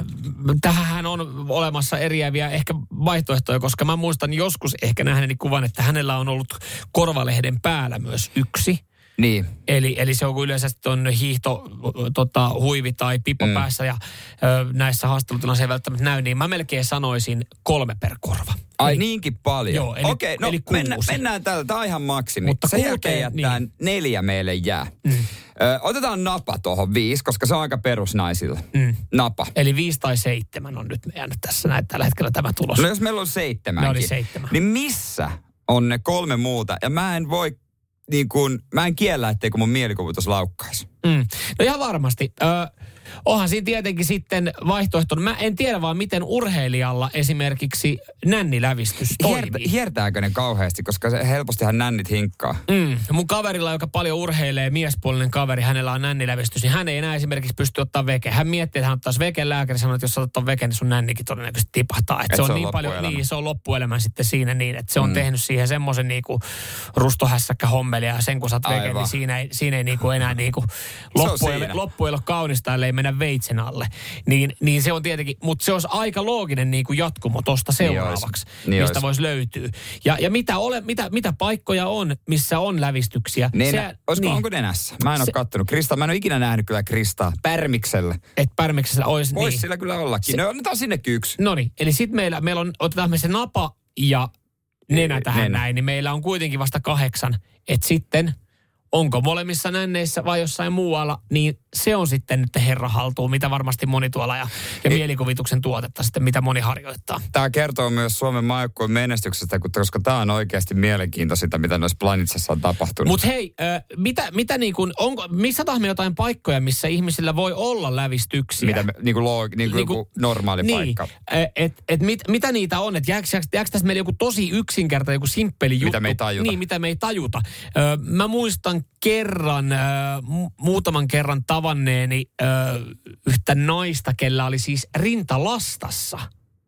tähän on olemassa eriäviä ehkä vaihtoehtoja, koska mä muistan joskus ehkä nähneeni kuvan, että hänellä on ollut korvalehden päällä myös yksi. Niin. Eli, eli se on yleensä on hiihto, tota, huivi tai pipo mm. päässä ja ö, näissä haastattelutilanteissa ei välttämättä näy, niin mä melkein sanoisin kolme per korva. Ai eli, niinkin paljon? Joo, eli, Okei, no eli mennään, mennään tällä. Tämä on ihan maksimi. Mutta sen jälkeen jättää niin. neljä meille jää. Mm. Ö, otetaan napa tuohon viisi, koska se on aika perusnaisilla. Mm. Napa. Eli viisi tai seitsemän on nyt meidän tässä näin tällä hetkellä tämä tulos. No jos meillä on seitsemänkin, oli seitsemän. Niin missä on ne kolme muuta? Ja mä en voi, niin kuin, mä en kiellä, etteikö mun mielikuvitus laukkaisi. Mm. No ihan varmasti. Ö, onhan siinä tietenkin sitten vaihtoehto. Mä en tiedä vaan, miten urheilijalla esimerkiksi nännilävistys toimii. Hiert, hiertääkö ne kauheasti, koska se helpostihan nännit hinkkaa. Mm. Mun kaverilla, joka paljon urheilee, miespuolinen kaveri, hänellä on nännilävistys, niin hän ei enää esimerkiksi pysty ottaa veke. Hän miettii, että hän ottaisi veken, lääkäri sanoo, että jos otat ton veken, niin sun nännikin todennäköisesti tipahtaa. Et Et se on, se on niin paljon, niin se on loppuelämä sitten siinä niin, että se on mm. tehnyt siihen semmoisen niinku rustohässäkkä hommelia ja sen kun saat veken, niin siinä ei, siinä ei niinku enää niinku loppu ei, loppu ei ole kaunista, ellei mennä veitsen alle. Niin, niin se on tietenkin, mutta se olisi aika looginen niin kuin jatkumo tuosta seuraavaksi, niin niin mistä voisi löytyä. Ja, ja mitä, ole, mitä, mitä paikkoja on, missä on lävistyksiä? Nenä. Se, Olisiko, niin. Onko nenässä? Mä en ole se, kattonut Krista. Mä en ole ikinä nähnyt kyllä Kristaa Pärmiksellä. Et Pärmiksellä olisi. Voisi niin. sillä kyllä ollakin. Se, no otetaan sinnekin yksi. No niin, eli sitten meillä, meillä on, otetaan me se napa ja nenä tähän nenä. näin, niin meillä on kuitenkin vasta kahdeksan. Että sitten onko molemmissa nänneissä vai jossain muualla, niin se on sitten nyt herra haltuun, mitä varmasti moni tuolla ja, ja mielikuvituksen tuotetta sitten, mitä moni harjoittaa. Tämä kertoo myös Suomen maajoukkueen menestyksestä, koska tämä on oikeasti mielenkiintoista, mitä noissa planitsassa on tapahtunut. Mutta hei, äh, mitä, mitä niin kuin, onko, missä tahme jotain paikkoja, missä ihmisillä voi olla lävistyksiä? Mitä, niin kuin, loo, niin kuin niin kuin, normaali niin, paikka. Äh, et, et mit, mitä niitä on? Että jääkö, jääkö tässä meillä joku tosi yksinkertainen, joku simppeli juttu? Mitä me ei tajuta. Niin, mitä me ei tajuta. Äh, mä muistan kerran, äh, mu- muutaman kerran tavanneeni äh, yhtä naista, kellä oli siis rintalastassa.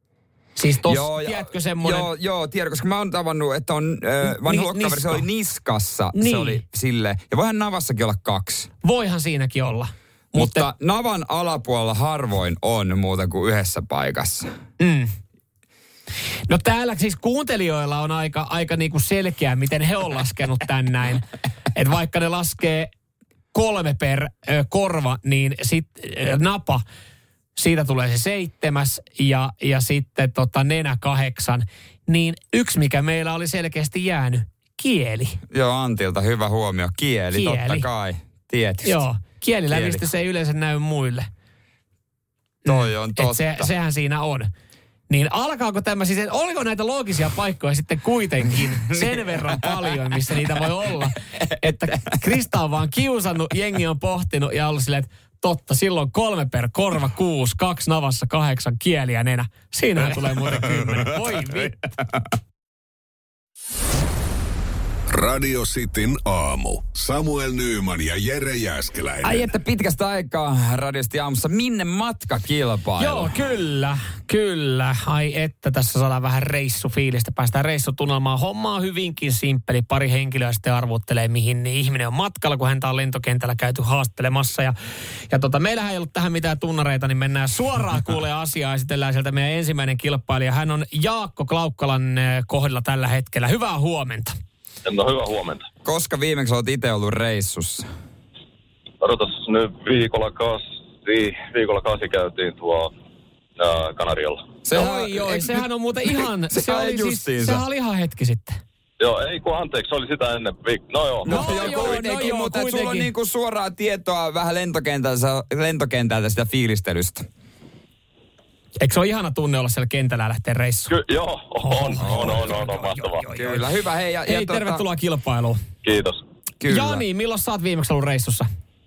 Siis tos, joo, tiedätkö semmoinen? Joo, joo, tiedän, koska mä oon tavannut, että on äh, vanha Ni, luokkaveri, se oli niskassa, niin. se oli sille. Ja voihan navassakin olla kaksi. Voihan siinäkin olla. Mutta, Mutta navan alapuolella harvoin on muuta kuin yhdessä paikassa. Mm. No täällä siis kuuntelijoilla on aika, aika niinku selkeä, miten he on laskenut tän näin. Että vaikka ne laskee kolme per ö, korva, niin sitten napa, siitä tulee se seitsemäs ja, ja sitten tota nenä kahdeksan. niin yksi mikä meillä oli selkeästi jäänyt, kieli. Joo, Antilta hyvä huomio. Kieli, kieli. totta kai. Tietysti. Joo, kielilävistys ei yleensä näy muille. Toi on totta. Se, sehän siinä on. Niin alkaako tämä siis, oliko näitä loogisia paikkoja sitten kuitenkin sen verran paljon, missä niitä voi olla, että Krista on vaan kiusannut, jengi on pohtinut ja ollut silleen, että totta, silloin kolme per korva, kuusi, kaksi navassa, kahdeksan, kieli ja nenä. Siinähän tulee muuten kymmenen. Voi vittu. Radio Cityn aamu. Samuel Nyyman ja Jere Jääskeläinen. Ai että pitkästä aikaa radiosti aamussa. Minne matkakilpailu? Joo, kyllä, kyllä. Ai että tässä saadaan vähän reissufiilistä. Päästään reissutunnelmaan. Homma on hyvinkin simppeli. Pari henkilöä sitten arvuttelee, mihin ihminen on matkalla, kun häntä on lentokentällä käyty haastelemassa. Ja, ja tota, meillähän ei ollut tähän mitään tunnareita, niin mennään suoraan kuulee asiaa. Esitellään sieltä meidän ensimmäinen kilpailija. Hän on Jaakko Klaukkalan kohdalla tällä hetkellä. Hyvää huomenta. No hyvää huomenta. Koska viimeksi olet itse ollut reissussa? Odotas nyt viikolla kasi, viikolla kasi käytiin tuo ää, Kanarialla. Sehän, oi, joo, eikö, sehän on muuten ihan, se, se oli siis, sehän oli ihan hetki sitten. Joo, ei kun anteeksi, se oli sitä ennen viik- No joo. No, no joo, joo, kuitenkin, no joo, mutta kuitenkin. Sulla on niinku suoraa tietoa vähän lentokentältä, lentokentältä sitä fiilistelystä. Eikö se ole ihana tunne olla siellä kentällä ja lähteä reissuun? Ky- joo, on, on, on, on, on, mahtavaa. Kyllä, hyvä. Hei, ja, hei ja tervetuloa tuota... kilpailuun. Kiitos. Kyllä. Jani, milloin sä oot viimeksi ollut reissussa?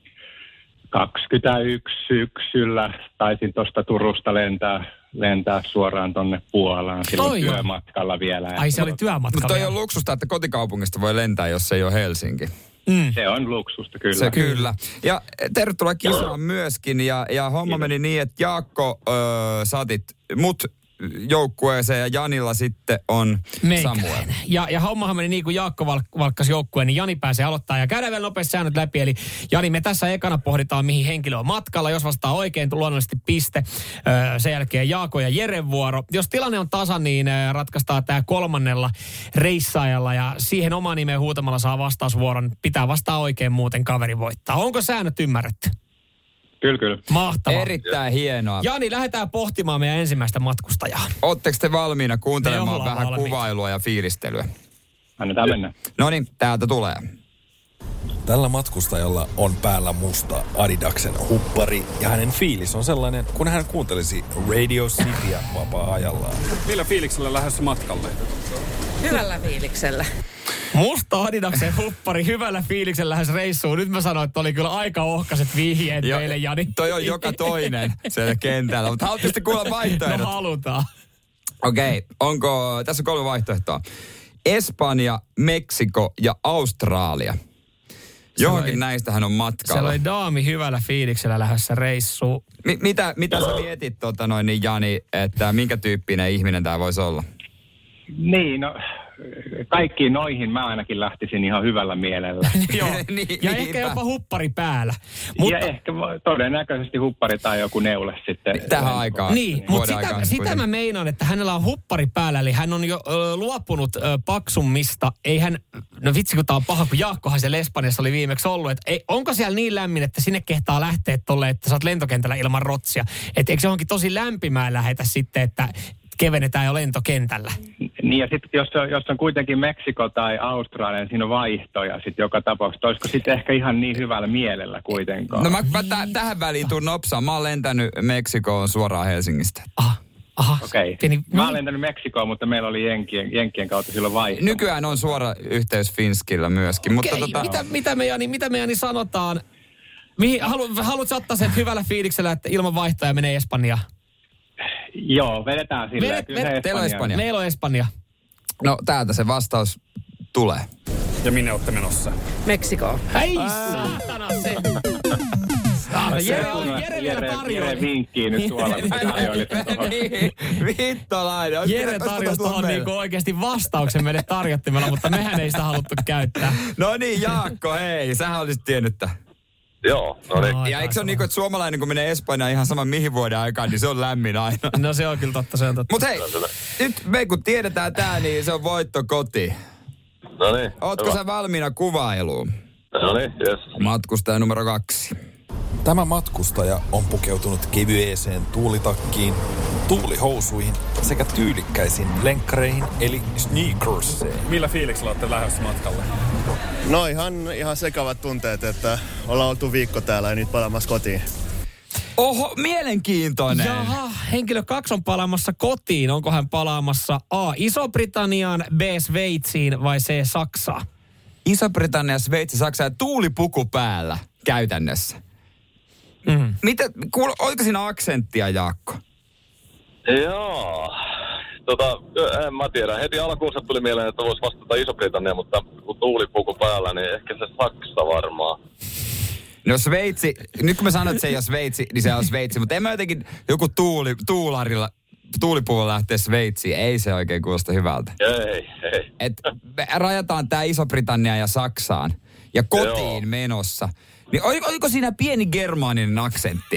kaksikymmentäyksi syksyllä. Taisin tuosta Turusta lentää, lentää suoraan tonne Puolaan. Silloin työmatkalla vielä. Ai se oli työmatkalla. Mutta toi on luksusta, että kotikaupungista voi lentää, jos se ei ole Helsinki. Mm. Se on luksusta, kyllä. Se kyllä. Ja tervetuloa kisaan myöskin. Ja, ja homma meni niin, että Jaakko, öö, saatit mut joukkueeseen ja Janilla sitten on Meikäläinen. Samuel. Ja, ja hommahan meni niin kuin Jaakko val, valkkasi joukkueen, niin Jani pääsee aloittaa. Ja käydään vielä nopeasti säännöt läpi. Eli Jani, me tässä ekana pohditaan, mihin henkilö on matkalla. Jos vastaa oikein, luonnollisesti piste. Öö, sen jälkeen Jaakko ja Jeren vuoro. Jos tilanne on tasa, niin öö, ratkaistaan tämä kolmannella reissaajalla. Ja siihen omaan nimeen huutamalla saa vastausvuoron. Pitää vastaa oikein, muuten kaveri voittaa. Onko säännöt ymmärretty? Kyllä, kyllä. Mahtavaa. Erittäin hienoa. Jani, lähdetään pohtimaan meidän ensimmäistä matkustajaa. Ootteko te valmiina kuuntelemaan vähän valmiit. kuvailua ja fiilistelyä? Annetaan mennä. No niin, täältä tulee. Tällä matkustajalla on päällä musta Adidaksen huppari ja hänen fiilis on sellainen, kun hän kuuntelisi Radio Cityä vapaa-ajallaan. Millä fiiliksellä lähdössä matkalle? Hyvällä fiiliksellä. Musta Adidaksen huppari, hyvällä fiiliksellä lähes reissuun. Nyt mä sanoin, että oli kyllä aika ohkaiset vihjeet jo, meille, Jani. Toi on joka toinen siellä kentällä, mutta haluatte sitten kuulla vaihtoehdot? No halutaan. Okei, okay. Onko, tässä on kolme vaihtoehtoa. Espanja, Meksiko ja Australia. Johonkin näistähän on matkalla. Siellä oli daami hyvällä fiiliksellä lähdössä reissuun. Mi- mitä, mitä sä mietit, tota noin, niin Jani, että minkä tyyppinen ihminen tämä voisi olla? Niin, no kaikkiin noihin mä ainakin lähtisin ihan hyvällä mielellä. Joo, niin, ja ehkä jopa huppari päällä. Mutta... Ja ehkä todennäköisesti huppari tai joku neule sitten. Tähän aikaan. Niin, mutta sitä, sitä mä meinaan, että hänellä on huppari päällä, eli hän on jo ö, luopunut ö, paksummista. Ei hän, no vitsi kun tää on paha, kun Jaakkohan siellä Espanjassa oli viimeksi ollut, että ei, onko siellä niin lämmin, että sinne kehtaa lähteä tolle, että sä oot lentokentällä ilman rotsia. Että eikö se johonkin tosi lämpimään lähetä sitten, että kevenetään jo lentokentällä. Niin ja sitten jos, jos on kuitenkin Meksiko tai Australia, niin siinä on vaihtoja sitten joka tapauksessa. Olisiko sitten ehkä ihan niin hyvällä mielellä kuitenkaan? No mä, mä t- tähän väliin tuun nopsaan. Mä oon lentänyt Meksikoon suoraan Helsingistä. Aha. Aha. Okei. Okay. Mä oon lentänyt Meksikoon, mutta meillä oli Jenkkien, Jenkkien kautta silloin vaihto. Nykyään on suora yhteys Finskillä myöskin. Okei, mutta tota... mitä, mitä, me, Jani, mitä me Jani sanotaan? Mihin, halu, haluatko ottaa sen hyvällä fiiliksellä, että ilman vaihtoja menee Espanjaan? Joo, vedetään silleen. Ved, Kyllä ved, se teillä on Espanja. Meillä on Espanja. No täältä se vastaus tulee. Ja minne olette menossa? Meksikoon. Ei saatana se. Saatana, Jere, Jere, Jere vielä tarjoili. Jere vinkkii nyt tuolla. Vittolainen. Jere tarjosi tuohon niinku oikeasti vastauksen meille tarjottimella, mutta mehän ei sitä haluttu käyttää. No niin, Jaakko, hei, sähän olisit tiennyt tämän. Joo, no niin. Ja eikö se ole niin, että suomalainen kun menee Espanjaan ihan sama mihin vuoden aikaan, niin se on lämmin aina. No se on kyllä totta, se on totta. Mut hei, nyt me kun tiedetään tää, niin se on voitto koti. No niin. Ootko hyvä. sä valmiina kuvailuun? No niin, jes. Matkustaja numero kaksi. Tämä matkustaja on pukeutunut kevyeseen tuulitakkiin, tuulihousuihin sekä tyylikkäisiin lenkkareihin eli sneakerseen. Millä fiiliksellä olette lähdössä matkalle? No ihan, ihan sekavat tunteet, että ollaan oltu viikko täällä ja nyt palaamassa kotiin. Oho, mielenkiintoinen. Jaha, henkilö kaksi on palaamassa kotiin. Onko hän palaamassa A. Iso-Britanniaan, B. Sveitsiin vai C. Saksaan? Iso-Britannia, Sveitsi, Saksa ja tuulipuku päällä käytännössä. Mm. Mitä, kuul, oliko siinä aksenttia, Jaakko? Joo. Tota, en mä tiedä. Heti alkuun tuli mieleen, että voisi vastata Iso-Britannia, mutta kun tuulipuku päällä, niin ehkä se Saksa varmaan. No Sveitsi, nyt kun mä sanon, että se ei ole Sveitsi, niin se on Sveitsi, mutta en mä jotenkin joku tuuli, tuularilla, tuulipuvulla lähtee Sveitsiin, ei se oikein kuulosta hyvältä. Ei, ei. Et me rajataan tää Iso-Britannia ja Saksaan ja kotiin Joo. menossa. Niin oliko, oliko siinä pieni germaaninen aksentti?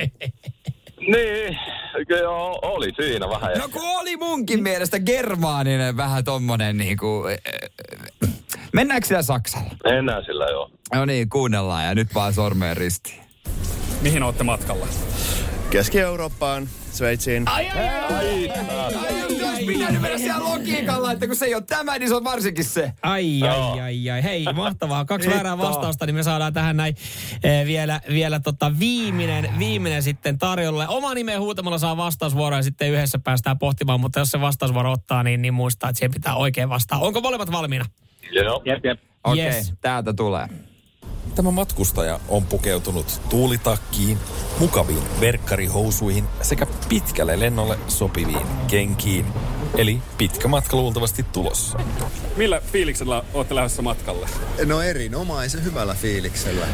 Niin, joo, oli siinä vähän. No kun oli munkin mielestä germaaninen vähän tommonen niinku... Mennäänkö siellä Saksalla? Mennään sillä, joo. No niin, kuunnellaan ja nyt vaan sormeen ristiin. Mihin olette matkalla? Keski-Eurooppaan, Sveitsiin. Ai, ai, ai, ai, ai, ai, jos minä nyt mennä siellä logiikalla, että kun se ei ole tämä, niin se on varsinkin se. Ai, ai, ai, ai. Hei, mahtavaa. Kaksi väärää vastausta, niin me saadaan tähän näin eh, vielä, vielä tota viimeinen, viimeinen sitten tarjolla. Oma nimen huutamalla saa vastausvuoroa ja sitten yhdessä päästään pohtimaan, mutta jos se vastausvuoro ottaa, niin, niin muistaa, että siihen pitää oikein vastaa. Onko molemmat valmiina? Joo. Jep, jep. Okei, okay, yes. Täältä tulee. Tämä matkustaja on pukeutunut tuulitakkiin, mukaviin verkkarihousuihin sekä pitkälle lennolle sopiviin kenkiin. Eli pitkä matka luultavasti tulossa. Millä fiiliksellä olette lähdössä matkalle? No erinomaisen hyvällä fiiliksellä.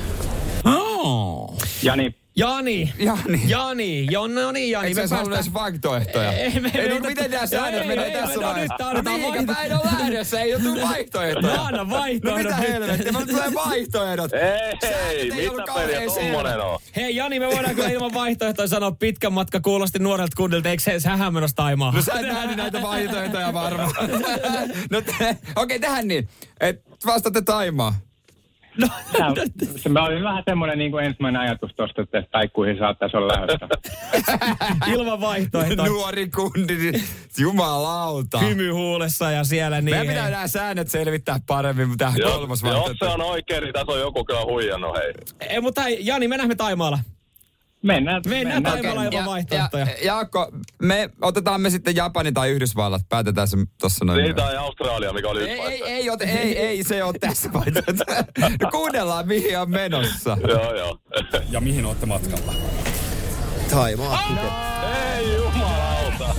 Oh. Jani. Jani. Jani. Jani. Jo, no niin, Jani. Eikö sä edes vaihtoehtoja? Ei, me, ei, me, no, miten tää säännöt menee tässä vaiheessa? No nyt annetaan mihinkä päin on lähdössä? Ei ole tullut vaihtoehtoja. No anna vaihtoehdot. No mitä helvettiä? Mä tulee vaihtoehdot. Ei, ei, mitä peliä tommonen on? Hei Jani, me voidaan kyllä ilman vaihtoehtoja sanoa pitkän matka kuulosti nuorelta kundilta. Eikö se, sähän menossa Taimaan? No sä et nähnyt näitä vaihtoehtoja varmaan. No okei, okay, tähän niin. Et vastaatte Taimaa. No, Tämä, se oli vähän semmoinen niin kuin ensimmäinen ajatus tuosta, että taikkuihin saattaisi olla lähdössä. ilman vaihtoehtoja. Nuori kundi, jumalauta. Hymy huulessa ja siellä niin. Meidän pitää nämä säännöt selvittää paremmin, mutta tähän kolmas vaihtoehto. Jos se on oikein, niin tässä on joku kyllä huijannut, hei. Ei, mutta hei, Jani, me nähdään Taimaalla. Mennään. Mennään Taimaalla ilman vaihtoehtoja. Ja, Jaakko, me otetaan me sitten Japani tai Yhdysvallat. Päätetään se tuossa noin. Niin, tai Australia, mikä oli ei, yksi ei, ei, ei, ei, ei, se ole tässä vaihtoehto. No kuunnellaan, mihin on menossa. Joo, joo. Ja mihin olette matkalla? Taimaa. Ei jumalauta.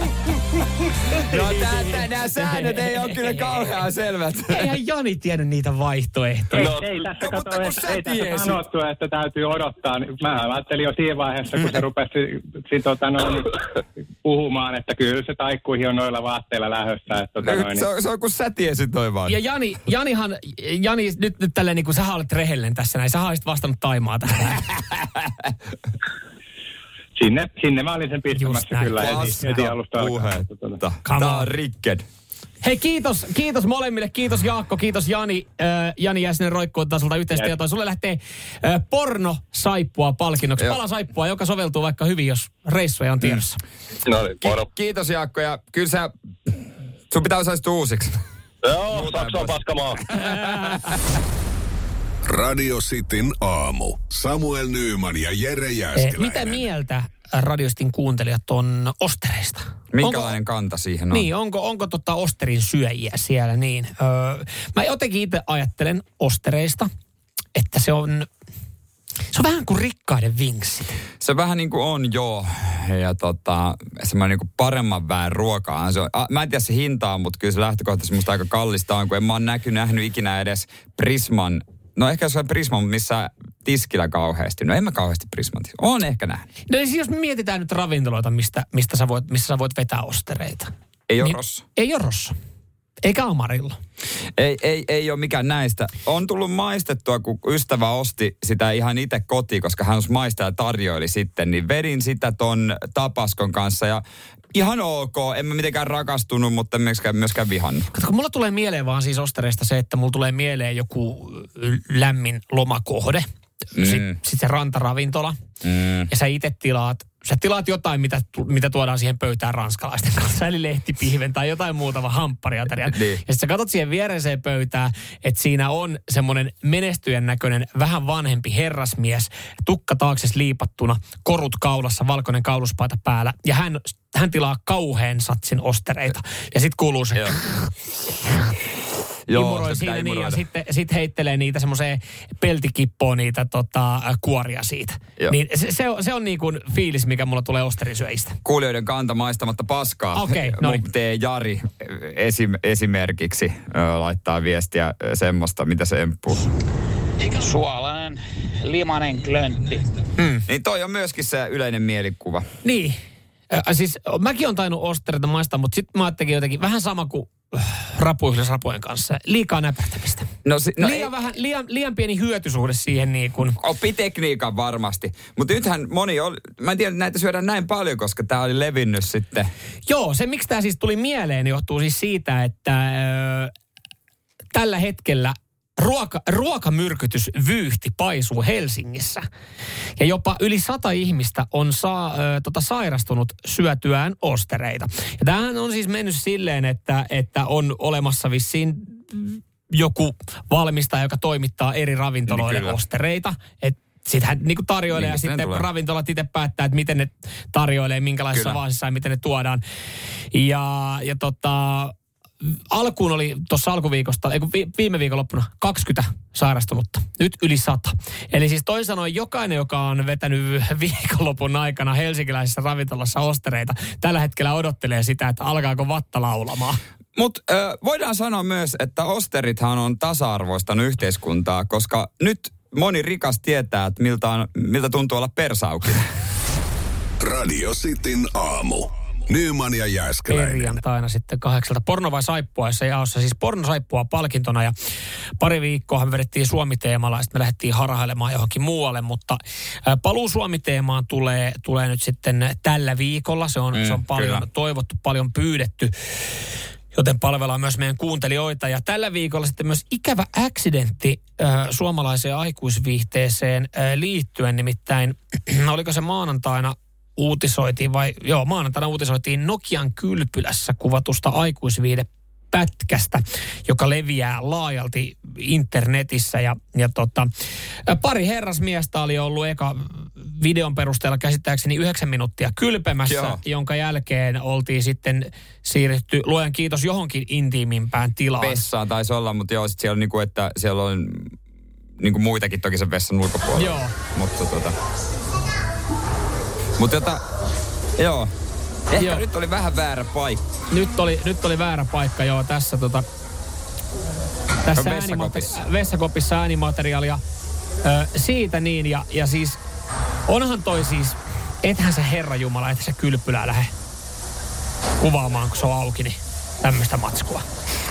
No nämä säännöt ei ole kyllä kauhean selvät. Eihän Jani tiedä niitä vaihtoehtoja. No, ei tässä, no, kato, mutta ei, ei tässä sanottu, että täytyy odottaa. Mä ajattelin jo siinä vaiheessa, kun se rupesi sit, tota, noin, puhumaan, että kyllä se taikkuihin on noilla vaatteilla lähdössä. Että, tota, no, noin, se, on, se on kun sä tiesit noin vaan. Ja Jani, Janihan, Jani, nyt, nyt tälleen niin kuin sä olet rehellinen tässä näin. Sä olisit vastannut Taimaa tähän. Sinne, sinne mä olin sen pistämässä kyllä heti, heti alusta alkaen. Tää on rikked. Hei, kiitos, kiitos molemmille. Kiitos Jaakko, kiitos Jani. Äh, Jani Jäsinen roikkuu tasolta yhteistyötä. Sulle lähtee äh, porno-saippua palkinnoksi. Pala saippua, joka soveltuu vaikka hyvin, jos reissuja on tiedossa. Mm. No niin, moro. Ki- kiitos Jaakko ja kyllä sä, sun pitää osallistua uusiksi. Joo, Saksa on paskamaa. Radio Cityn aamu. Samuel Nyyman ja Jere Jääskeläinen. Eh, mitä mieltä Radiostin kuuntelijat on ostereista? Minkälainen onko, kanta siihen on? Niin, onko, onko tota osterin syöjiä siellä niin? Öö, mä jotenkin itse ajattelen ostereista, että se on, se on vähän kuin rikkaiden vinksit. Se vähän niin kuin on, joo. Ja tota, semmoinen niin kuin paremman väen ruokaa. Se on, a, mä en tiedä se hintaa, mutta kyllä se lähtökohtaisesti musta aika kallista on, kun en mä oon näkynyt, nähnyt ikinä edes Prisman. No ehkä se on Prisma, mutta missä tiskillä kauheasti. No en mä kauheasti Prisman tiskillä. Oon ehkä nähnyt. No siis jos me mietitään nyt ravintoloita, mistä, mistä sä voit, missä sä voit vetää ostereita. Ei ole niin, Rossa. Ei ole Rossa. Eikä Amarilla. Ei, ei, ei ole mikään näistä. On tullut maistettua, kun ystävä osti sitä ihan itse kotiin, koska hän maistaa ja tarjoili sitten. Niin vedin sitä ton tapaskon kanssa ja ihan ok. En mä mitenkään rakastunut, mutta en myöskään, myöskään vihannut. Kato, kun mulla tulee mieleen vaan siis ostereista se, että mulla tulee mieleen joku lämmin lomakohde. mm. sitten sit se rantaravintola. Mm. Ja sä itse tilaat, sä tilaat jotain, mitä, mitä tuodaan siihen pöytään ranskalaisten kanssa. Eli lehtipihven tai jotain muuta vaan hamppariateriaa. Niin. Ja sitten sä katsot siihen viereiseen pöytään, että siinä on semmoinen menestyjän näköinen, vähän vanhempi herrasmies, tukka taakse liipattuna, korut kaulassa, valkoinen kauluspaita päällä. Ja hän, hän tilaa kauheen satsin ostereita. Ja sitten kuuluu se... Imuroi siinä niin, ja sitten sit heittelee niitä semmoiseen peltikippoon niitä tota, kuoria siitä. Niin se, se, on, se on niin kuin fiilis, mikä mulla tulee osterisyöistä. Kuulijoiden kanta maistamatta paskaa. Okei, okay, noin. Tee Jari esim, esimerkiksi ö, laittaa viestiä semmoista, mitä se empuu. Suolainen, limanen klöntti. Mm. Niin toi on myöskin se yleinen mielikuva. Niin. Äh, siis mäkin on tainnut ostereita maistaa, mutta sitten mä ajattelin jotenkin vähän sama kuin rapuihlisrapujen kanssa. Liikaa näpertämistä. No, si- no liian, ei, vähän, liian, liian pieni hyötysuhde siihen niin kuin. Oppi tekniikan varmasti. Mutta nythän moni oli, mä en tiedä, että näitä syödään näin paljon, koska tää oli levinnyt sitten. Joo, se miksi tää siis tuli mieleen, johtuu siis siitä, että ö, tällä hetkellä Ruoka, ruokamyrkytysvyyhti paisuu Helsingissä. Ja jopa yli sata ihmistä on saa, ö, tota, sairastunut syötyään ostereita. Ja tämähän on siis mennyt silleen, että, että on olemassa vissiin joku valmistaja, joka toimittaa eri ravintoloille niin ostereita. Sitten hän niin tarjoilee niin, ja sitten tulee. Ravintolat itse päättää, että miten ne tarjoilee, minkälaisissa vaasissa ja miten ne tuodaan. Ja, ja tota... Alkuun oli tuossa alkuviikosta, ei kun viime viikonloppuna kaksikymmentä sairastunutta. Nyt yli sata. Eli siis toisin sanoen jokainen, joka on vetänyt viikonlopun aikana helsinkiläisessä ravintolassa ostereita, tällä hetkellä odottelee sitä, että alkaako vatta laulamaan. Mutta äh, voidaan sanoa myös, että osterithan on tasa-arvoistanut yhteiskuntaa, koska nyt moni rikas tietää, että miltä, on, miltä tuntuu olla persaukin. Radio Cityn aamu. Nyman ja Jääskeläinen. Perjantaina sitten kahdeksalta. Porno vai saippua, jossa jaossa siis pornosaippua palkintona. Ja pari viikkoa me vedettiin Suomi-teemalla ja sitten me lähdettiin harhailemaan johonkin muualle. Mutta paluu Suomi-teemaan tulee, tulee nyt sitten tällä viikolla. Se on, mm, se on paljon kyllä. toivottu, paljon pyydetty. Joten palvellaan myös meidän kuuntelijoita. Ja tällä viikolla sitten myös ikävä accidentti äh, suomalaiseen aikuisviihteeseen äh, liittyen. Nimittäin, oliko se maanantaina, uutisoitiin vai, joo, maanantaina uutisoitiin Nokian kylpylässä kuvatusta aikuisviihdepätkästä, joka leviää laajalti internetissä. Ja, ja tota, pari herrasmiestä oli ollut eka videon perusteella käsittääkseni yhdeksän minuuttia kylpemässä, joo. jonka jälkeen oltiin sitten siirretty, luojan kiitos, johonkin intiimimpään tilaan. Vessaan taisi olla, mutta joo, sitten siellä on niinku, että siellä on niinku muitakin toki sen vessan ulkopuolella. Joo. Mutta tota... Mutta jota, joo, ehkä joo. Nyt oli vähän väärä paikka. Nyt oli, nyt oli väärä paikka, joo, tässä tota, tässä vessakopissa. Äänimate- vessakopissa äänimateriaalia ö, siitä niin, ja, ja siis onhan toi siis, ethän sä herranjumala, että sä kylpylää lähde kuvaamaan, kun se on auki, niin tämmöistä matskua.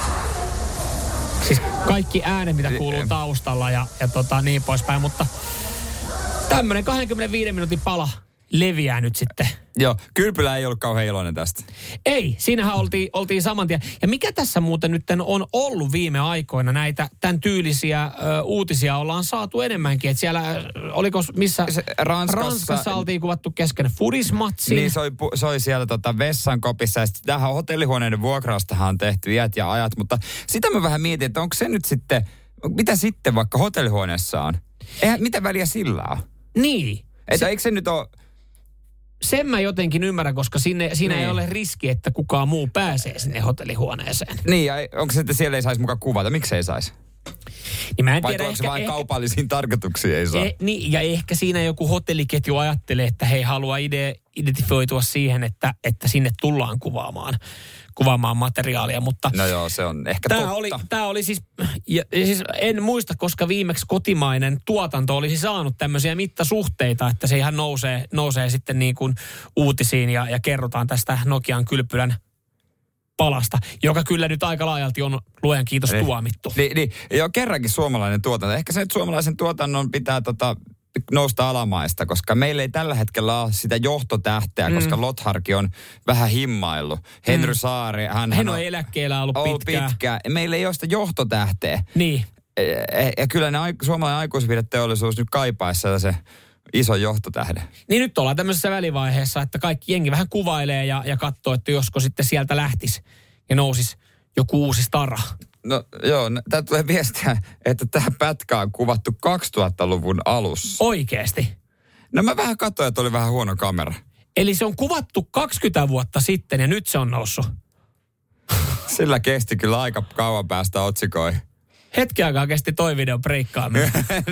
Siis kaikki äänet, mitä kuuluu taustalla ja, ja tota, niin poispäin, mutta tämmönen kaksikymmentäviisi minuutin pala leviää nyt sitten. Joo, kylpylä ei ollut kauhean iloinen tästä. Ei, siinähän oltiin, oltiin saman tien. Ja mikä tässä muuten nyt on ollut viime aikoina näitä tämän tyylisiä ö, uutisia ollaan saatu enemmänkin. Että siellä, oliko missä Ranskassa, Ranskassa oltiin kuvattu kesken fudismatsin. Niin, soi, soi siellä tota vessankopissa. Ja sitten tähän hotellihuoneiden vuokraustahan on tehty iät ja ajat. Mutta sitä mä vähän mietin, että onko se nyt sitten, mitä sitten vaikka hotellihuoneessa on? Eihän, mitä väliä sillä on? Niin. Että se, eikö se nyt ole... Sen mä jotenkin ymmärrän, koska sinne, siinä niin. ei ole riski, että kukaan muu pääsee sinne hotellihuoneeseen. Niin, ja onko se, että siellä ei saisi mukaan kuvata? Miksi ei saisi? Niin mä en Vai tiedä, onko ehkä, se vain ehkä, kaupallisiin tarkoituksiin ei saa? Eh, niin, ja ehkä siinä joku hotelliketju ajattelee, että he haluaa ide, identifioitua siihen, että, että sinne tullaan kuvaamaan, kuvaamaan materiaalia, mutta... No joo, se on ehkä tämä totta. Oli, tämä oli siis, ja, ja siis, en muista, koska viimeksi kotimainen tuotanto olisi saanut tämmöisiä mittasuhteita, että se ihan nousee, nousee sitten niin kuin uutisiin ja, ja kerrotaan tästä Nokian kylpylän palasta, joka kyllä nyt aika laajalti on, luojan kiitos, niin, tuomittu. Niin, niin, joo, kerrankin suomalainen tuotanto. Ehkä se, että suomalaisen tuotannon pitää tota, nousta alamaista, koska meillä ei tällä hetkellä ole sitä johtotähteä, mm. koska Lotharki on vähän himmaillut. Henry mm. Saari, hän, hän on eläkkeellä ollut pitkään. pitkään. pitkään. Meillä ei ole sitä johtotähteä. Niin. ja kyllä ne suomalainen aikuisviihdeteollisuus nyt kaipaisi sellaisen iso johtotähden. Niin nyt ollaan tämmöisessä välivaiheessa, että kaikki jengi vähän kuvailee ja, ja katsoo, että josko sitten sieltä lähtisi ja nousisi joku uusi stara. No joo, tää tulee viestiä, että tämä pätkä on kuvattu kaksituhattaluvun alussa. Oikeesti? No mä vähän katsoin, että oli vähän huono kamera. Eli se on kuvattu kaksikymmentä vuotta sitten ja nyt se on noussut. Sillä kesti kyllä aika kauan päästä otsikoihin. Hetki aikaa kesti toi videon breikkaaminen.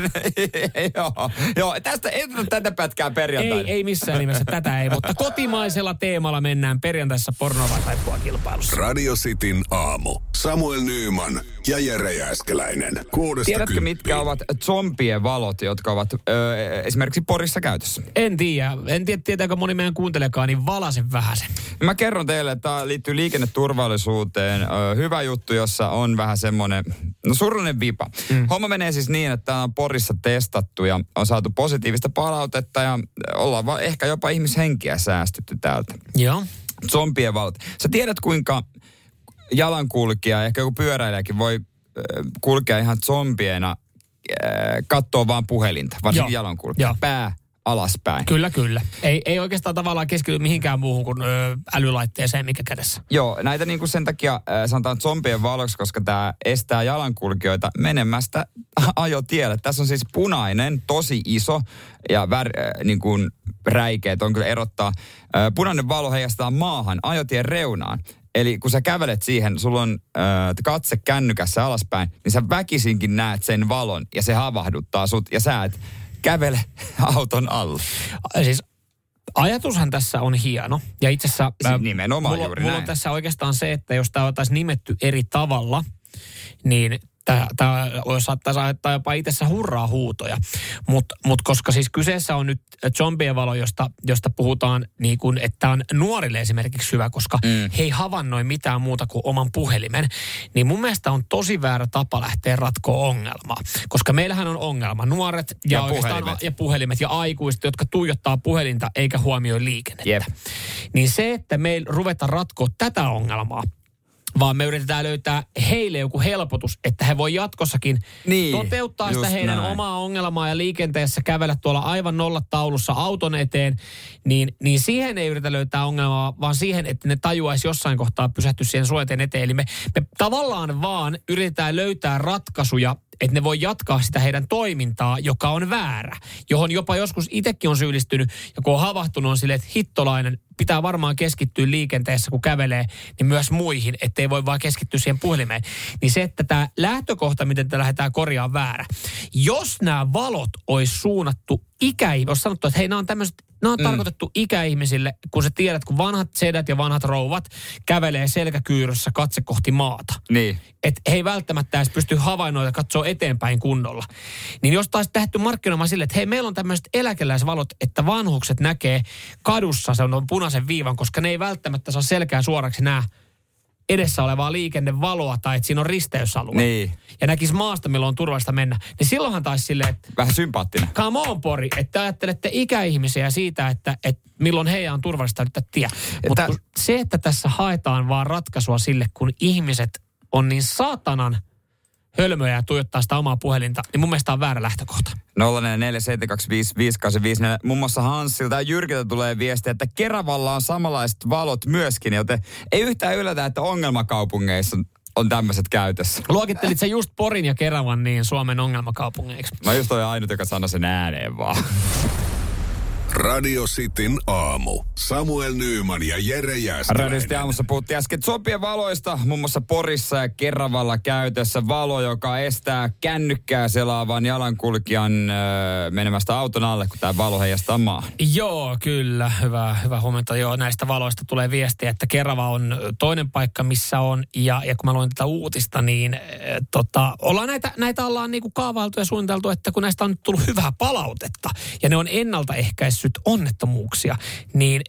joo, joo, tästä ei tätä pätkää perjantaina. Ei, ei missään nimessä tätä ei, mutta kotimaisella teemalla mennään perjantaisessa pornovaa taippua kilpailussa. Radio Cityn aamu. Samuel Nyyman ja Jere Jääskeläinen. Kuudesta Tiedätkö, kymppiin. mitkä ovat zombien valot, jotka ovat ö, esimerkiksi Porissa käytössä? En tiedä. En tiedä, tietääkö moni meidän kuuntelekaan, niin valasen vähäsen. Mä kerron teille, että tämä liittyy liikenneturvallisuuteen. Ö, hyvä juttu, jossa on vähän semmoinen, no surullinen vipa. Mm. Homma menee siis niin, että tämä on Porissa testattu ja on saatu positiivista palautetta ja ollaan va- ehkä jopa ihmishenkiä säästetty täältä. Joo. Zombien valot. Sä tiedät, kuinka jalankulkija, ehkä joku pyöräilijäkin voi äh, kulkea ihan zombiena, äh, katsoa vaan puhelinta, varsinkin Joo. jalankulkija. Joo. Pää alaspäin. Kyllä, kyllä. Ei, ei oikeastaan tavallaan keskity mihinkään muuhun kuin ö, älylaitteeseen, mikä kädessä. Joo, näitä niin kuin sen takia äh, sanotaan zombien valoksi, koska tämä estää jalankulkijoita menemästä ajotielle. Tässä on siis punainen, tosi iso ja vär, äh, niin kuin räikeet on kyllä erottaa. Äh, punainen valo heijastaa maahan ajotien reunaan. Eli kun sä kävelet siihen, sulla on äh, katse kännykässä alaspäin, niin sä väkisinkin näet sen valon ja se havahduttaa sut ja sä et kävele auton alla. Siis ajatushan tässä on hieno. Ja itse asiassa siis nimenomaan mulla, juuri mulla näin. on tässä oikeastaan se, että jos tämä oltaisiin nimetty eri tavalla, niin tämä saattaisi aiheuttaa jopa itsessä hurraa huutoja. Mutta mut koska siis kyseessä on nyt zombien valo, josta, josta puhutaan niin kuin, että on nuorille esimerkiksi hyvä, koska mm. he ei havainnoi mitään muuta kuin oman puhelimen, niin mun mielestä on tosi väärä tapa lähteä ratkoa ongelmaa. Koska meillähän on ongelma. Nuoret ja, ja, puhelimet. ja puhelimet ja aikuiset, jotka tuijottaa puhelinta eikä huomioi liikennettä. Jep. Niin se, että me ruvetaan ratkoa tätä ongelmaa, vaan me yritetään löytää heille joku helpotus, että he voi jatkossakin niin, toteuttaa sitä heidän näin. Omaa ongelmaa ja liikenteessä kävellä tuolla aivan nollataulussa auton eteen, niin, niin siihen ei yritä löytää ongelmaa, vaan siihen, että ne tajuaisi jossain kohtaa pysähtyä siihen suojateen eteen. Eli me, me tavallaan vaan yritetään löytää ratkaisuja, että ne voi jatkaa sitä heidän toimintaa, joka on väärä, johon jopa joskus itsekin on syyllistynyt, ja kun on havahtunut on silleen, että hittolainen, pitää varmaan keskittyä liikenteessä, kun kävelee, niin myös muihin, ettei voi vaan keskittyä siihen puhelimeen. Niin se, että tämä lähtökohta, miten tämä lähdetään korjaamaan väärä. Jos nämä valot olisi suunnattu ikäihmisille, olisi sanottu, että hei, nämä on tämmöiset, nämä on mm. tarkoitettu ikäihmisille, kun sä tiedät, kun vanhat sedät ja vanhat rouvat kävelee selkäkyyryssä katse kohti maata. Niin. Että he ei välttämättä edes pysty havainnoida katsoa eteenpäin kunnolla. Niin jos taas tähty markkinoimaan sille, että hei, meillä on tämmöiset eläkeläisvalot, että vanhukset näkee kadussa se on punaisen viivan, koska ne ei välttämättä saa selkää suoraksi nää edessä olevaa liikennevaloa tai että siinä on risteysalue. Niin. Ja näkisi maasta, milloin on turvallista mennä. Niin silloinhan taisi silleen, että vähän sympaattinen. Come on, Pori, että ajattelette ikäihmisiä siitä, että, että milloin heidän on turvallista nyt tie. Mutta se, että tässä haetaan vaan ratkaisua sille, kun ihmiset on niin saatanan hölmöjä ja tuijottaa sitä omaa puhelinta, niin mun mielestä on väärä lähtökohta. nolla neljä neljä seitsemän kaksi viisi viisi kahdeksan viisi neljä. Muun muassa Hanssilta ja Jyrkiltä tulee viestiä, että Keravalla on samanlaiset valot myöskin, joten ei yhtään yllätä, että ongelmakaupungeissa on tämmöiset käytössä. Luokittelit sä just Porin ja Keravan niin Suomen ongelmakaupungeiksi? Mä just olen ainut, joka sanoi sen ääneen vaan. Radio Cityn aamu. Samuel Nyyman ja Jere Jääskeläinen. Radio Cityn aamussa puhuttiin äsken zombien valoista, muun muassa Porissa ja Keravalla käytössä valo, joka estää kännykkää selaavan jalankulkijan öö, menemästä auton alle, kun tämä valo heijastaa maahan. Joo, kyllä. Hyvä, hyvä huomenta. Joo, näistä valoista tulee viestiä, että Kerava on toinen paikka, missä on. Ja, ja kun mä luin tätä uutista, niin äh, tota, ollaan näitä, näitä ollaan niinku kaavailtu ja suunniteltu, että kun näistä on nyt tullut hyvää palautetta ja ne on ennaltaehkäissyt onnettomuuksia, niin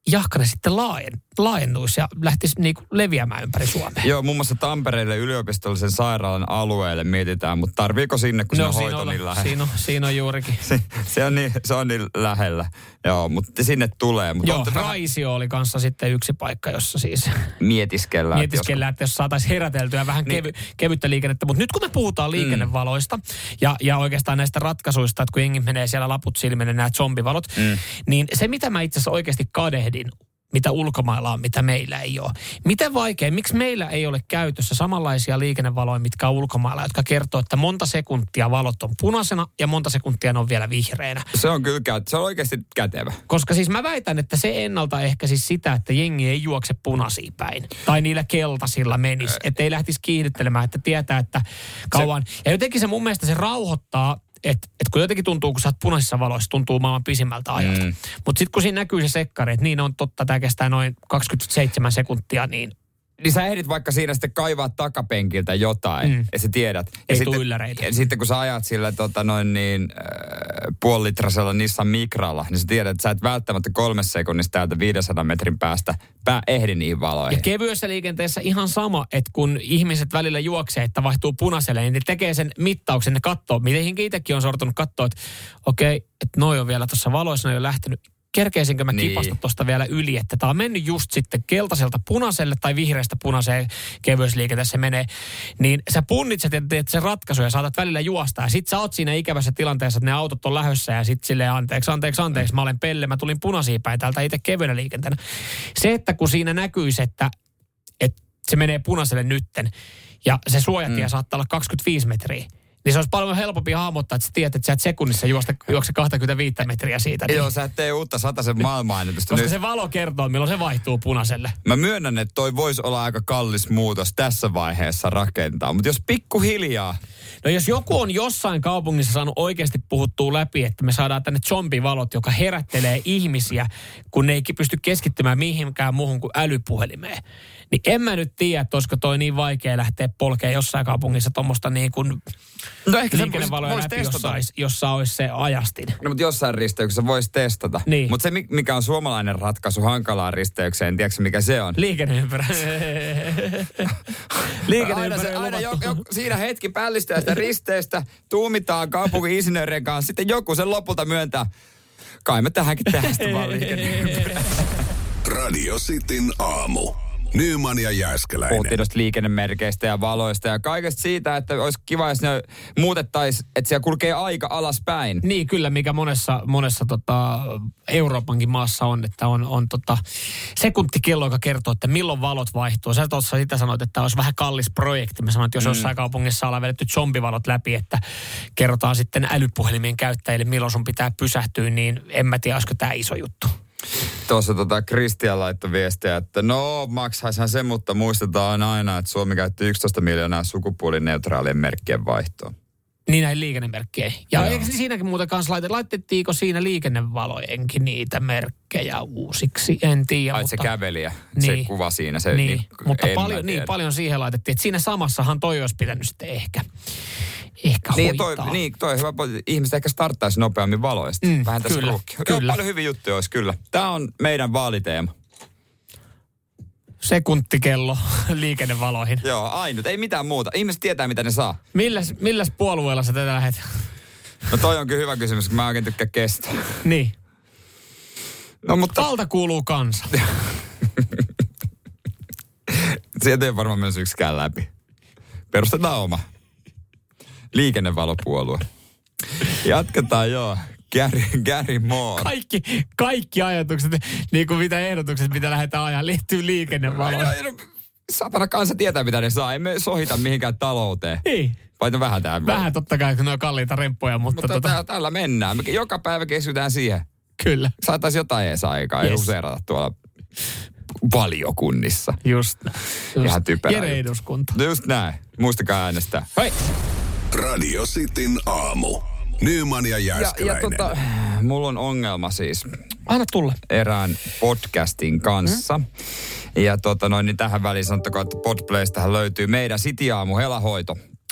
jahka ne sitten laajen, laajennuisi ja lähtisi niinku leviämään ympäri Suomea. Joo, muun muassa Tampereelle yliopistollisen sairaalan alueelle mietitään, mutta tarviiko sinne, kun no, se on hoito niin lähellä? Siinä on, siinä on juurikin. se, se, on niin, se on niin lähellä, joo, mutta sinne tulee. Mutta joo, Raisio vähän... oli kanssa sitten yksi paikka, jossa siis... Mietiskellään. Mietiskellään, että jos saataisiin heräteltyä vähän niin. kevy, kevyttä liikennettä. Mutta nyt kun me puhutaan liikennevaloista mm. ja, ja oikeastaan näistä ratkaisuista, että kun jengi menee siellä laput silmille, nämä zombivalot, mm. niin se mitä mä itse asiassa oikeasti kadehdin, mitä ulkomailla on, mitä meillä ei ole. Miten vaikea, miksi meillä ei ole käytössä samanlaisia liikennevaloja, mitkä on ulkomailla, jotka kertoo, että monta sekuntia valot on punaisena ja monta sekuntia ne on vielä vihreänä. Se on kyllä, se on oikeasti kätevä. Koska siis mä väitän, että se ennaltaehkäisi sitä, että jengi ei juokse punaisia päin. Tai niillä keltaisilla menisi, että ei lähtisi kiihdyttelemään, että tietää, että kauan. Se... Ja jotenkin se mun mielestä se rauhoittaa. Että et kun jotenkin tuntuu, kun sä oot punaisissa valoissa, tuntuu maailman pisimmältä ajalta. Mm. Mutta sitten kun siinä näkyy se sekkari, että niin on totta, tämä kestää noin kaksikymmentäseitsemän sekuntia, niin... Niin sä ehdit vaikka siinä sitten kaivaa takapenkiltä jotain, mm. ja sä tiedät. Ja ei sitten, ylläreitä. Ja sitten kun sä ajat sillä tota noin niin, äh, puolitrasella Nissan Micralla, niin sä tiedät, että sä et välttämättä kolmes sekunnista täältä viidensadan metrin päästä pää ehdi niihin valoihin. Ja kevyessä liikenteessä ihan sama, että kun ihmiset välillä juoksee, että vaihtuu punaiselle, niin ne tekee sen mittauksen, ne katsoo. Miten itsekin on sortunut katsoa, että okei, okay, että noi on vielä tuossa valoissa, ne on jo lähtenyt. Kerkeisinkö mä niin. kipasta tuosta vielä yli, että tää on mennyt just sitten keltaiselta punaiselle tai vihreästä punaiseen kevyysliikenteessä menee, niin sä punnitset ja teet sen ratkaisun ja saatat välillä juosta. Ja sit sä oot siinä ikävässä tilanteessa, että ne autot on lähdössä ja sit silleen anteeksi, anteeksi, anteeksi, mä olen pelle, mä tulin punaisiin päin täältä itse kevyenä liikenteenä. Se, että kun siinä näkyisi, että, että se menee punaiselle nytten ja se suojatie mm. saattaa olla kaksikymmentäviisi metriä, niin se olisi paljon helpompi hahmottaa, että sä tiedät, että sä et sekunnissa juosta, juokse kaksikymmentäviisi metriä siitä. Niin. Joo, sä et tee uutta sataisen maailmanennätystä. Koska nyt se valo kertoo, milloin se vaihtuu punaiselle. Mä myönnän, että toi voisi olla aika kallis muutos tässä vaiheessa rakentaa, mutta jos pikkuhiljaa... No jos joku on jossain kaupungissa saanut oikeasti puhuttua läpi, että me saadaan tänne zombivalot, joka herättelee ihmisiä, kun ne ei pysty keskittymään mihinkään muuhun kuin älypuhelimeen. Niin en mä nyt tiedä, että olisiko toi niin vaikea lähteä polkemaan jossain kaupungissa tuommoista niin kuin no liikennevaloja läpi, jossa olisi, jossa olisi se ajastin. No mutta jossain risteyksessä voisi testata. Niin. Mutta se, mikä on suomalainen ratkaisu hankalaan risteykseen, tiedätkö mikä se on? Liikenneympyrä. Liikenneympyrä aina, se, aina jo, jo, siinä hetki pällistää sitä risteestä, tuumitaan kaupunki-insinöörien kanssa, sitten joku sen lopulta myöntää, kai me tähänkin tehdään sitä vaan liikenneympyrä. Radio Cityn aamu. Nyman ja Jääskeläinen. Puhuttiin noista liikennemerkeistä ja valoista ja kaikesta siitä, että olisi kiva, jos ne muutettaisiin, että siellä kulkee aika alaspäin. Niin, kyllä, mikä monessa, monessa tota, Euroopankin maassa on, että on, on tota, sekuntikello, joka kertoo, että milloin valot vaihtuu. Sä tuossa sitä sanoit, että olisi vähän kallis projekti. Mä sanoin, että jos mm. jossain kaupungissa ollaan vedetty zombivalot läpi, että kerrotaan sitten älypuhelimien käyttäjille, milloin sun pitää pysähtyä, niin en mä tiedä, olisiko tämä iso juttu. Tuossa tota Kristian laittoi viestiä, että no maksaisihan se, mutta muistetaan aina, että Suomi käytti yksitoista miljoonaa sukupuolineutraalien merkkien vaihtoon. Niin näin liikennemerkkejä. Ja eikö siinäkin muuten kanssa laitettiin, laitettiinko siinä liikennevalojenkin niitä merkkejä uusiksi? En tiedä. Ai mutta... se kävelijä, niin. se kuva siinä. Se, niin, niin mutta paljon, niin, paljon siihen laitettiin, että siinä samassahan toi olisi pitänyt sitten ehkä. Ehkä niin, toi, niin, toi hyvä. Ihmiset ehkä starttaisi nopeammin valoista. Mm, vähän tässä ruukkia. Kyllä. Paljon hyviä juttuja olisi, kyllä. Tämä on meidän vaaliteema. Sekuntikello liikennevaloihin. Joo, ainut. Ei mitään muuta. Ihmiset tietää, mitä ne saa. Milläs, milläs puolueella sä tätä lähet? No toi on kyllä hyvä kysymys, kun mä oikein tykkään kestää. Niin. No mutta... Valta kuuluu kansa. Sieltä ei varmaan mennä yksikään läpi. Perustetaan oma. Liikennevalopuolue. Jatketaan joo. Gary, Gary Moore. Kaikki, kaikki ajatukset, niin kuin mitä ehdotukset, mitä lähdetään ajaa, liittyy liikennevaloon. Satana kansa tietää, mitä ne saa. Ei me sohita mihinkään talouteen. Ei. Vai no vähän tää. Vähän totta kai, kun ne on kalliita remppoja, mutta... Mutta tota... tää, tällä mennään. Me joka päivä keskitytään siihen. Kyllä. Saataisiin jotain edes aikaa. Yes. Ei useerata tuolla valiokunnissa. Just. just. Ihan typerä. Jere eduskunta. Just näin. Muistakaa äänestää. Hei! Radio Cityn aamu. Nyman ja Jääskeläinen. Ja, ja tota, mulla on ongelma siis. Anna tulla. Erään podcastin kanssa. Mm. Ja tota noin, niin tähän väliin sanottakoon, että Podplaystähän löytyy meidän City Aamu helahoito.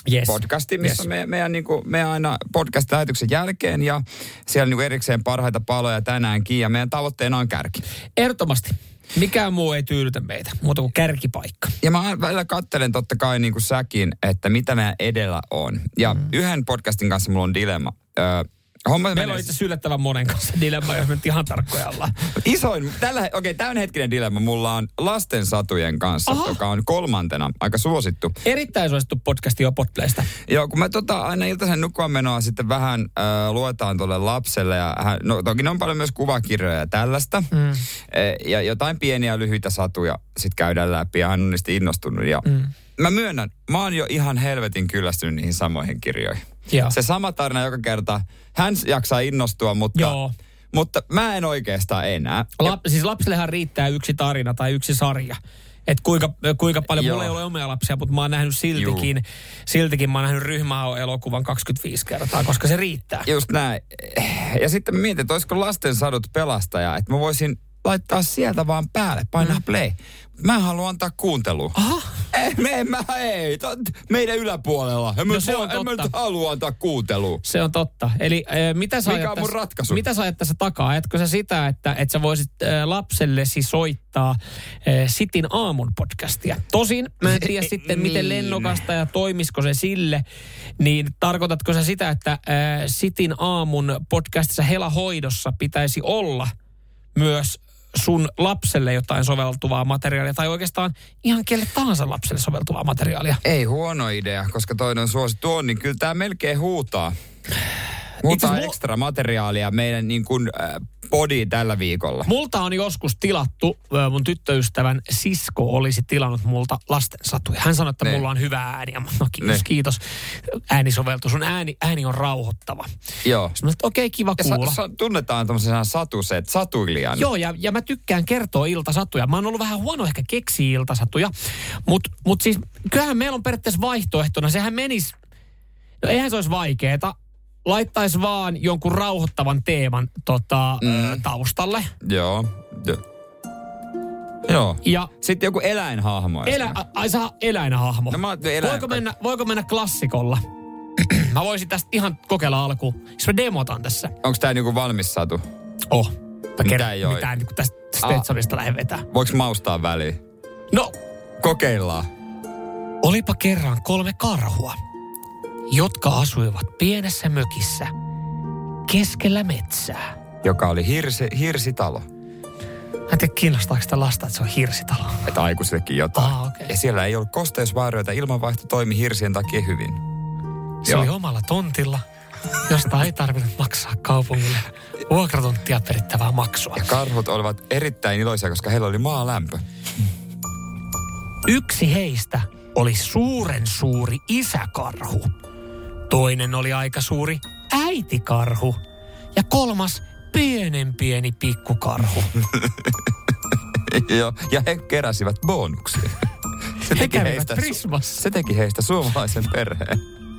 yes. podcasti, missä yes. me, meidän, niin kuin, meidän aina podcast-lähetyksen jälkeen ja siellä niin kuin erikseen parhaita paloja tänäänkin ja meidän tavoitteena on kärki. Ehdottomasti. Mikään muu ei tyydytä meitä, muuta kuin kärkipaikka. Ja mä välillä katselen totta kai niin kuin säkin, että mitä meidän edellä on. Ja mm. yhden podcastin kanssa mulla on dilemma. Öö, Homma Meillä menee... on itse yllättävän monen kanssa dilemma, jos me nyt ihan tarkkoja ollaan. Isoin, tällä, okei, okay, tämänhetkinen dilemma mulla on lasten satujen kanssa, Aha. joka on kolmantena aika suosittu. Erittäin suosittu podcasti jo Podplaysta. Joo, kun mä tota, aina iltaisen nukkumaan menoa sitten vähän äh, luetaan tuolle lapselle. Ja hän, no toki ne on paljon myös kuvakirjoja ja tällaista. Mm. E, ja jotain pieniä lyhyitä satuja sitten käydään läpi ja hän on niistä innostunut. Ja mm. mä myönnän, mä oon jo ihan helvetin kyllästynyt niihin samoihin kirjoihin. Joo. Se sama tarina joka kerta. Hän jaksaa innostua, mutta, Joo. mutta mä en oikeastaan enää. Lap, siis lapsillehan riittää yksi tarina tai yksi sarja. Että kuinka, kuinka paljon, Joo. mulla ei ole omia lapsia, mutta mä oon nähnyt siltikin, Juh. siltikin mä oon nähnyt ryhmäelokuvan kaksikymmentäviisi kertaa, koska se riittää. Just näin. Ja sitten mä mietin, että olisiko lasten sadut pelastaja, että mä voisin laittaa sieltä vaan päälle, painaa mm. play. Mä haluan antaa kuuntelua. Aha. Ei, me, mä, ei. Meidän yläpuolella. En, no, se on en mä nyt halua antaa kuuntelua. Se on totta. Eli äh, mitä sä Mikä on mun ratkaisu? Mitä sä ajat tässä takaa? Ajatko sä sitä, että, että sä voisit äh, lapsellesi soittaa äh, Sitin aamun podcastia? Tosin mä en tiedä sitten, miten lennokasta ja toimisiko se sille. Niin tarkoitatko sä sitä, että äh, Sitin aamun podcastissa Hela hoidossa pitäisi olla myös sun lapselle jotain soveltuvaa materiaalia, tai oikeastaan ihan kelle tahansa lapselle soveltuvaa materiaalia? Ei huono idea, koska toinen suosittu on, niin kyllä tämä melkein huutaa. Huutaa mul... ekstra materiaalia meidän niin kuin äh, podiin tällä viikolla. Multa on joskus tilattu, äh, mun tyttöystävän sisko olisi tilannut multa lastensatuja. Hän sanoi, että ne. mulla on hyvä ääni. Ja mä, no kiitos, kiitos. Ääni soveltuu. Sun ääni, ääni on rauhoittava. Joo. Sitten mä okei, okay, kiva kuulla. Sa, sa, tunnetaan tämmöisen satuset, satuilijan. Joo, ja, ja mä tykkään kertoa iltasatuja. Mä oon ollut vähän huono ehkä keksiä iltasatuja. Mutta mut siis kyllähän meillä on periaatteessa vaihtoehtona. Sehän menisi, no eihän se olisi vaikeeta. Laittaisi vaan jonkun rauhoittavan teeman tota, mm. taustalle. Joo. Jo. Joo. Ja sitten joku eläinhahmo. Elä, ai saa eläinhahmo. No, mä eläin... voiko, mennä, voiko mennä klassikolla? Mä voisin tästä ihan kokeilla alkuun. Jos mä demotan tässä. Onko tää niinku valmis satu? Oh. Mitä ei ole? Mitään niinku tästä Stetsonista lähden vetää. Voiko maustaa väliin? No. Kokeillaan. Olipa kerran kolme karhua, jotka asuivat pienessä mökissä keskellä metsää. Joka oli hirsi, hirsitalo. Mä en tiedä, kiinnostaako sitä lasta, että se on hirsitalo. Että aikuisillekin jotain. Ah, okay. Ja siellä ei ollut kosteusvaurioita, ilmanvaihto toimi hirsien takia hyvin. Se Joo. oli omalla tontilla, josta ei tarvinnut maksaa kaupungille vuokratonttia perittävää maksua. Ja karhut olivat erittäin iloisia, koska heillä oli maalämpö. Yksi heistä oli suuren suuri isäkarhu. Toinen oli aika suuri äitikarhu. Ja kolmas pienen pieni pikkukarhu. Joo, ja he keräsivät bonuksia. Se he kävivät heistä, Prismassa. Se teki heistä suomalaisen perheen.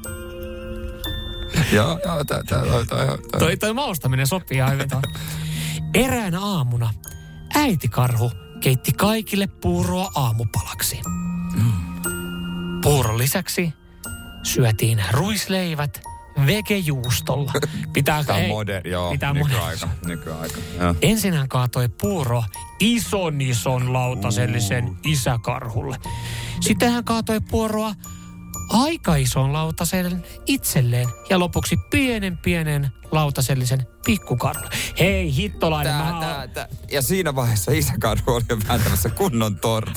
Joo, joo, toi, toi, toi, toi, toi. Toi maustaminen sopii ihan hyvin. Eräänä aamuna äitikarhu keitti kaikille puuroa aamupalaksi. Mm. Puuron lisäksi syötiin ruisleivät vegejuustolla. Pitää, Tämä on moderni, joo, pitää nykyaika. nykyaika Ensin hän kaatoi puuroa ison ison lautasellisen uh. isäkarhulle. Sitten hän kaatoi puuroa aika ison lautasellen itselleen ja lopuksi pienen pienen lautasellisen pikkukarhulle. Hei, hittolainen. Tää, mä tää, tää. Ja siinä vaiheessa isäkarhu oli jo vääntämässä kunnon torta.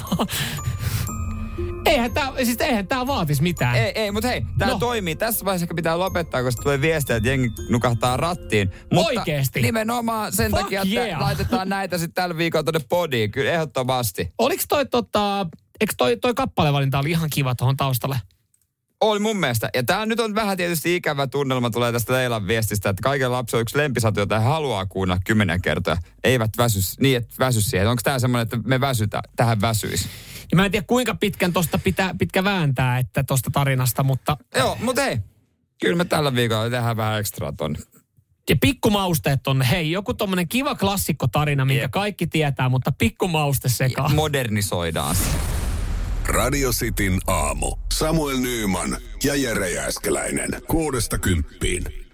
Eihän tää, siis eihän tää vaatis mitään. Ei, ei, mutta hei, tää no. toimii. Tässä vaiheessa pitää lopettaa, koska tulee viestiä, että jengi nukahtaa rattiin. Mutta oikeesti? Nimenomaan sen Fuck takia, yeah. että laitetaan näitä sitten tällä viikolla tonne podiin. Kyllä ehdottomasti. Oliko toi tota, eikö toi, toi kappalevalinta oli ihan kiva tuohon taustalle? Oli mun mielestä. Ja tää nyt on vähän tietysti ikävä tunnelma tulee tästä Leilan viestistä, että kaiken lapsi on yksi lempisatu, jota he haluaa kuunnella kymmenen kertaa. Eivät väsy, niin että väsy siihen. Onko tää semmoinen, että me väsytään, tähän väsyisi? Ja mä en tiedä kuinka pitkän tosta pitää, pitkä vääntää, että tosta tarinasta, mutta... Joo, mutta hei, kyllä me tällä viikolla tehdään vähän ekstraa tonne. Ja pikkumausteet tonne. Hei, joku tommonen kiva klassikkotarina, minkä yep. kaikki tietää, mutta pikkumauste sekaan. Modernisoidaan. Radio Cityn aamu. Samuel Nyyman ja Jere Jääskeläinen. Kuudesta kymppiin.